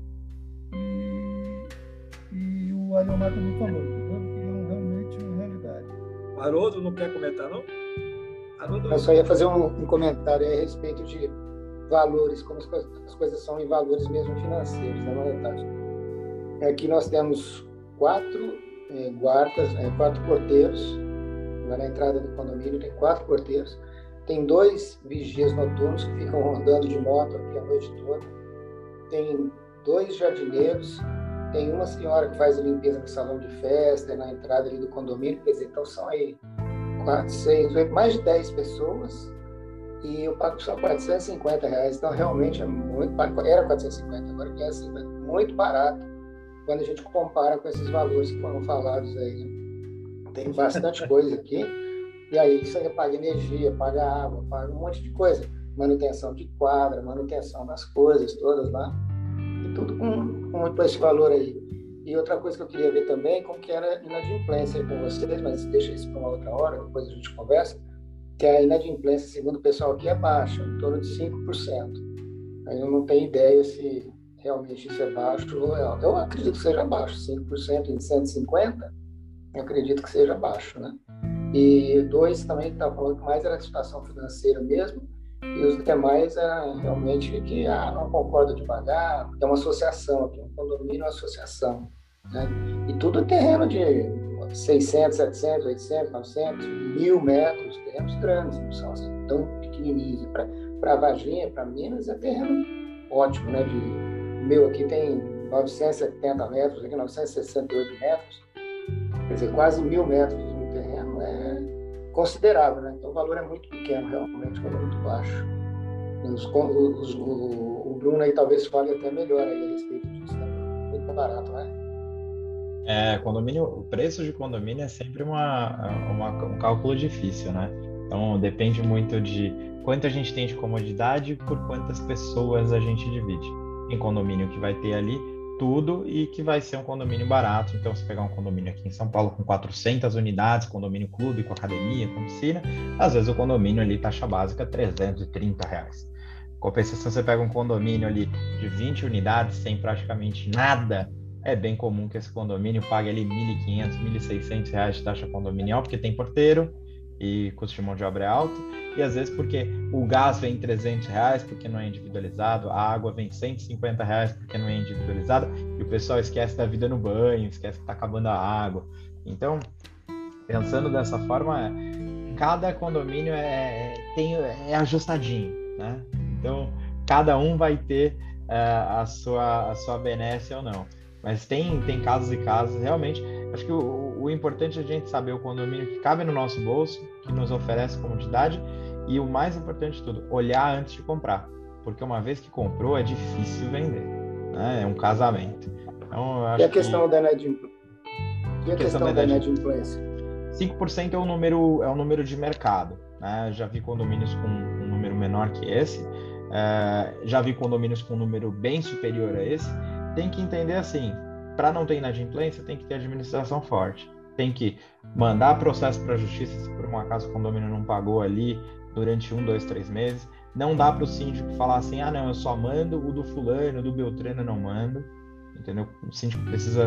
e, e o Aliomar também falou, entendeu? Que é realmente uma realidade. Haroldo não quer comentar, não? Haroldo... Eu só ia fazer um, um comentário a respeito de valores, como as coisas, as coisas são em valores mesmo financeiros, né, monetários. Aqui nós temos quatro é, guardas, é, quatro porteiros, lá na entrada do condomínio tem quatro porteiros, tem dois vigias noturnos que ficam rodando de moto aqui a noite toda, tem dois jardineiros, tem uma senhora que faz a limpeza no salão de festa, na entrada ali do condomínio, quer dizer, então são aí quatro, seis, oito, mais de dez pessoas, e eu pago só quatrocentos e cinquenta reais, então realmente é muito barato, era quatrocentos e cinquenta, agora é quinhentos e cinquenta, muito barato, quando a gente compara com esses valores que foram falados aí, né? Tem bastante coisa aqui, e aí você paga energia, paga água, paga um monte de coisa, manutenção de quadra, manutenção das coisas todas lá, e tudo com, com esse valor aí. E outra coisa que eu queria ver também, como que era a inadimplência com vocês, mas deixa isso para uma outra hora, depois a gente conversa, que a inadimplência, segundo o pessoal aqui, é baixa, em torno de cinco por cento. Aí eu não tenho ideia se realmente isso é baixo ou é alto. Eu acredito que seja baixo, cinco por cento em cento e cinquenta, eu acredito que seja baixo, né? E dois também que estava falando que mais era a situação financeira mesmo, e os demais era realmente que ah, não concorda de pagar, é uma associação aqui, um condomínio é uma associação, né? E tudo é terreno de seiscentos, setecentos, oitocentos, novecentos, mil metros, terrenos grandes, não são assim, tão pequenininhos. Para Varginha, para Minas, é terreno ótimo, né? De, o meu aqui tem novecentos e setenta metros, aqui novecentos e sessenta e oito metros, quer dizer, quase mil metros de terreno, é considerável, né? Então o valor é muito pequeno, realmente, o valor é muito baixo. Os, os, o, o Bruno aí talvez fale até melhor aí a respeito disso, né? Muito barato, né? É, condomínio, o preço de condomínio é sempre uma, uma, um cálculo difícil, né? Então depende muito de quanto a gente tem de comodidade e por quantas pessoas a gente divide. Tem condomínio que vai ter ali tudo e que vai ser um condomínio barato. Então, se pegar um condomínio aqui em São Paulo com quatrocentas unidades, condomínio clube, com academia, com piscina, às vezes o condomínio ali, taxa básica, trezentos e trinta reais. Em compensação, você pega um condomínio ali de vinte unidades, sem praticamente nada, é bem comum que esse condomínio pague ali mil e quinhentos, mil e seiscentos reais de taxa condominial, porque tem porteiro e custo de mão de obra é alto, e às vezes porque o gás vem trezentos reais porque não é individualizado, a água vem cento e cinquenta reais porque não é individualizada, e o pessoal esquece da vida no banho, esquece que está acabando a água. Então, pensando dessa forma, cada condomínio é, tem, é ajustadinho, né? Então, cada um vai ter uh, a, sua, a sua benesse ou não. Mas tem, tem casos e casos, realmente, acho que o, o importante é a gente saber o condomínio que cabe no nosso bolso, que nos oferece comodidade, e o mais importante de tudo, olhar antes de comprar, porque uma vez que comprou é difícil vender, né? É um casamento. Então, eu acho e a questão que... da inadimplência? E a questão, questão da inadimplência? cinco por cento é o número, é o número de mercado, né? Já vi condomínios com um número menor que esse, é, já vi condomínios com um número bem superior a esse. Tem que entender assim, para não ter inadimplência, tem que ter administração forte. Tem que mandar processo para a justiça se por um acaso o condomínio não pagou ali durante um, dois, três meses. Não dá para o síndico falar assim, ah não, eu só mando o do fulano, o do Beltrano eu não mando. Entendeu? O síndico precisa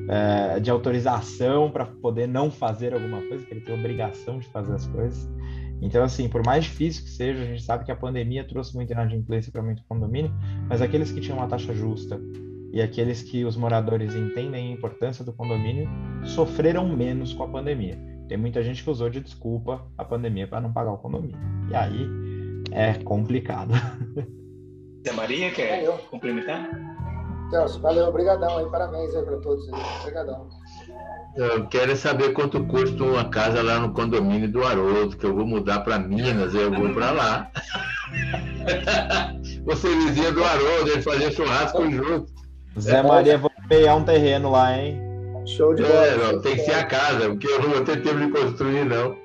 é, de autorização para poder não fazer alguma coisa, porque ele tem obrigação de fazer as coisas. Então, assim, por mais difícil que seja, a gente sabe que a pandemia trouxe muita inadimplência para muito condomínio, mas aqueles que tinham uma taxa justa e aqueles que os moradores entendem a importância do condomínio sofreram menos com a pandemia. Tem muita gente que usou de desculpa a pandemia para não pagar o condomínio. E aí é complicado. Zé Maria, quer valeu. complementar? Celso, valeu, obrigadão aí, parabéns aí para todos aí, obrigadão. Eu quero saber quanto custa uma casa lá no condomínio do Haroldo, que eu vou mudar para Minas, eu vou para lá. Você vizinha do Haroldo, ele fazia churrasco junto. Zé Maria, vou pegar um terreno lá, hein? Show de bola. É, não, tem que ser a casa, porque eu não vou ter tempo de construir, não.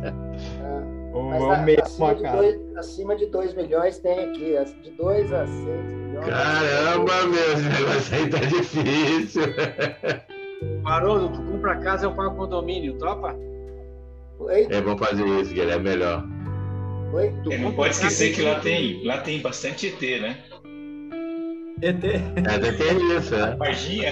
É, mas tá, acima, de dois, acima de dois milhões tem aqui, de dois a seis milhões. Caramba, meu, esse negócio aí tá difícil. Haroldo, tu compra a casa, eu pago o condomínio, topa? Oi? É, vamos fazer isso, que ele é melhor. Oi? É, não pode esquecer que lá tem, lá tem bastante E T, né? E T? É, tem isso, é. Varginha.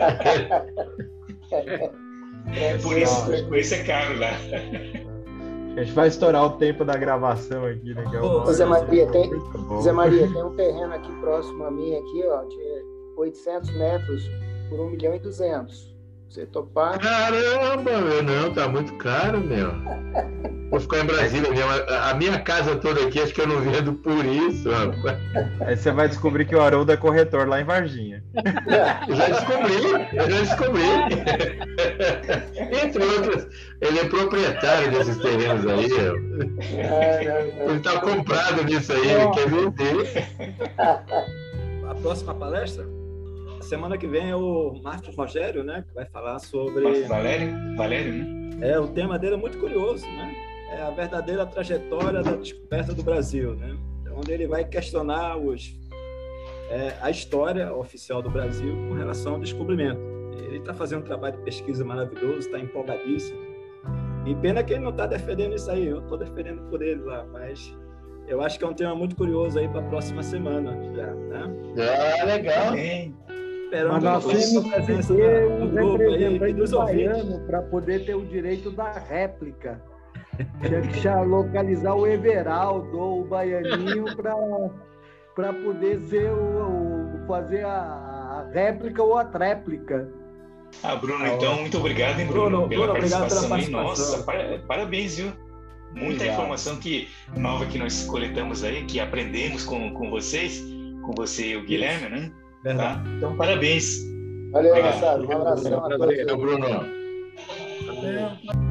É, por isso, por isso é caro lá. A gente vai estourar o tempo da gravação aqui, né? Que é Ô, Zé Maria, tem, Zé Maria, tem um terreno aqui próximo a mim, aqui, ó, de oitocentos metros por um milhão e duzentos. Você topar? Caramba, meu, não, tá muito caro, meu. Vou ficar em Brasília mesmo. A minha casa toda aqui, acho que eu não vendo por isso, rapaz. Aí você vai descobrir que o Haroldo é corretor lá em Varginha. Eu já descobri, eu já descobri. Entre outras, ele é proprietário desses terrenos aí. Ele tá comprado nisso aí, ele quer vender. A próxima palestra? Semana que vem é o Marcos Rogério, né, que vai falar sobre... Marcos Valério? Valério, né? É, o tema dele é muito curioso, né? É a verdadeira trajetória da descoberta do Brasil, né? Onde ele vai questionar os, é, a história oficial do Brasil com relação ao descobrimento. Ele está fazendo um trabalho de pesquisa maravilhoso, está empolgadíssimo. E pena que ele não está defendendo isso aí, eu estou defendendo por ele lá, mas... Eu acho que é um tema muito curioso aí para a próxima semana, já, né? Ah, legal. Mas nós temos que ter um representante baiano para poder ter o direito da réplica. Tinha que localizar o Everaldo ou o Baianinho para poder ser o, o, fazer a, a réplica ou a tréplica. Ah, Bruno, então, muito obrigado, hein, Bruno, Bruno, pela, Bruno, participação, pela aí. participação. Nossa, parabéns, viu? Muita Obrigado. Informação que, nova que nós coletamos aí, que aprendemos com, com vocês, com você e o Guilherme, né? Tá? Então, parabéns. Valeu, Obrigado. Gustavo. Um abração a todos. Valeu, Bruno. Valeu.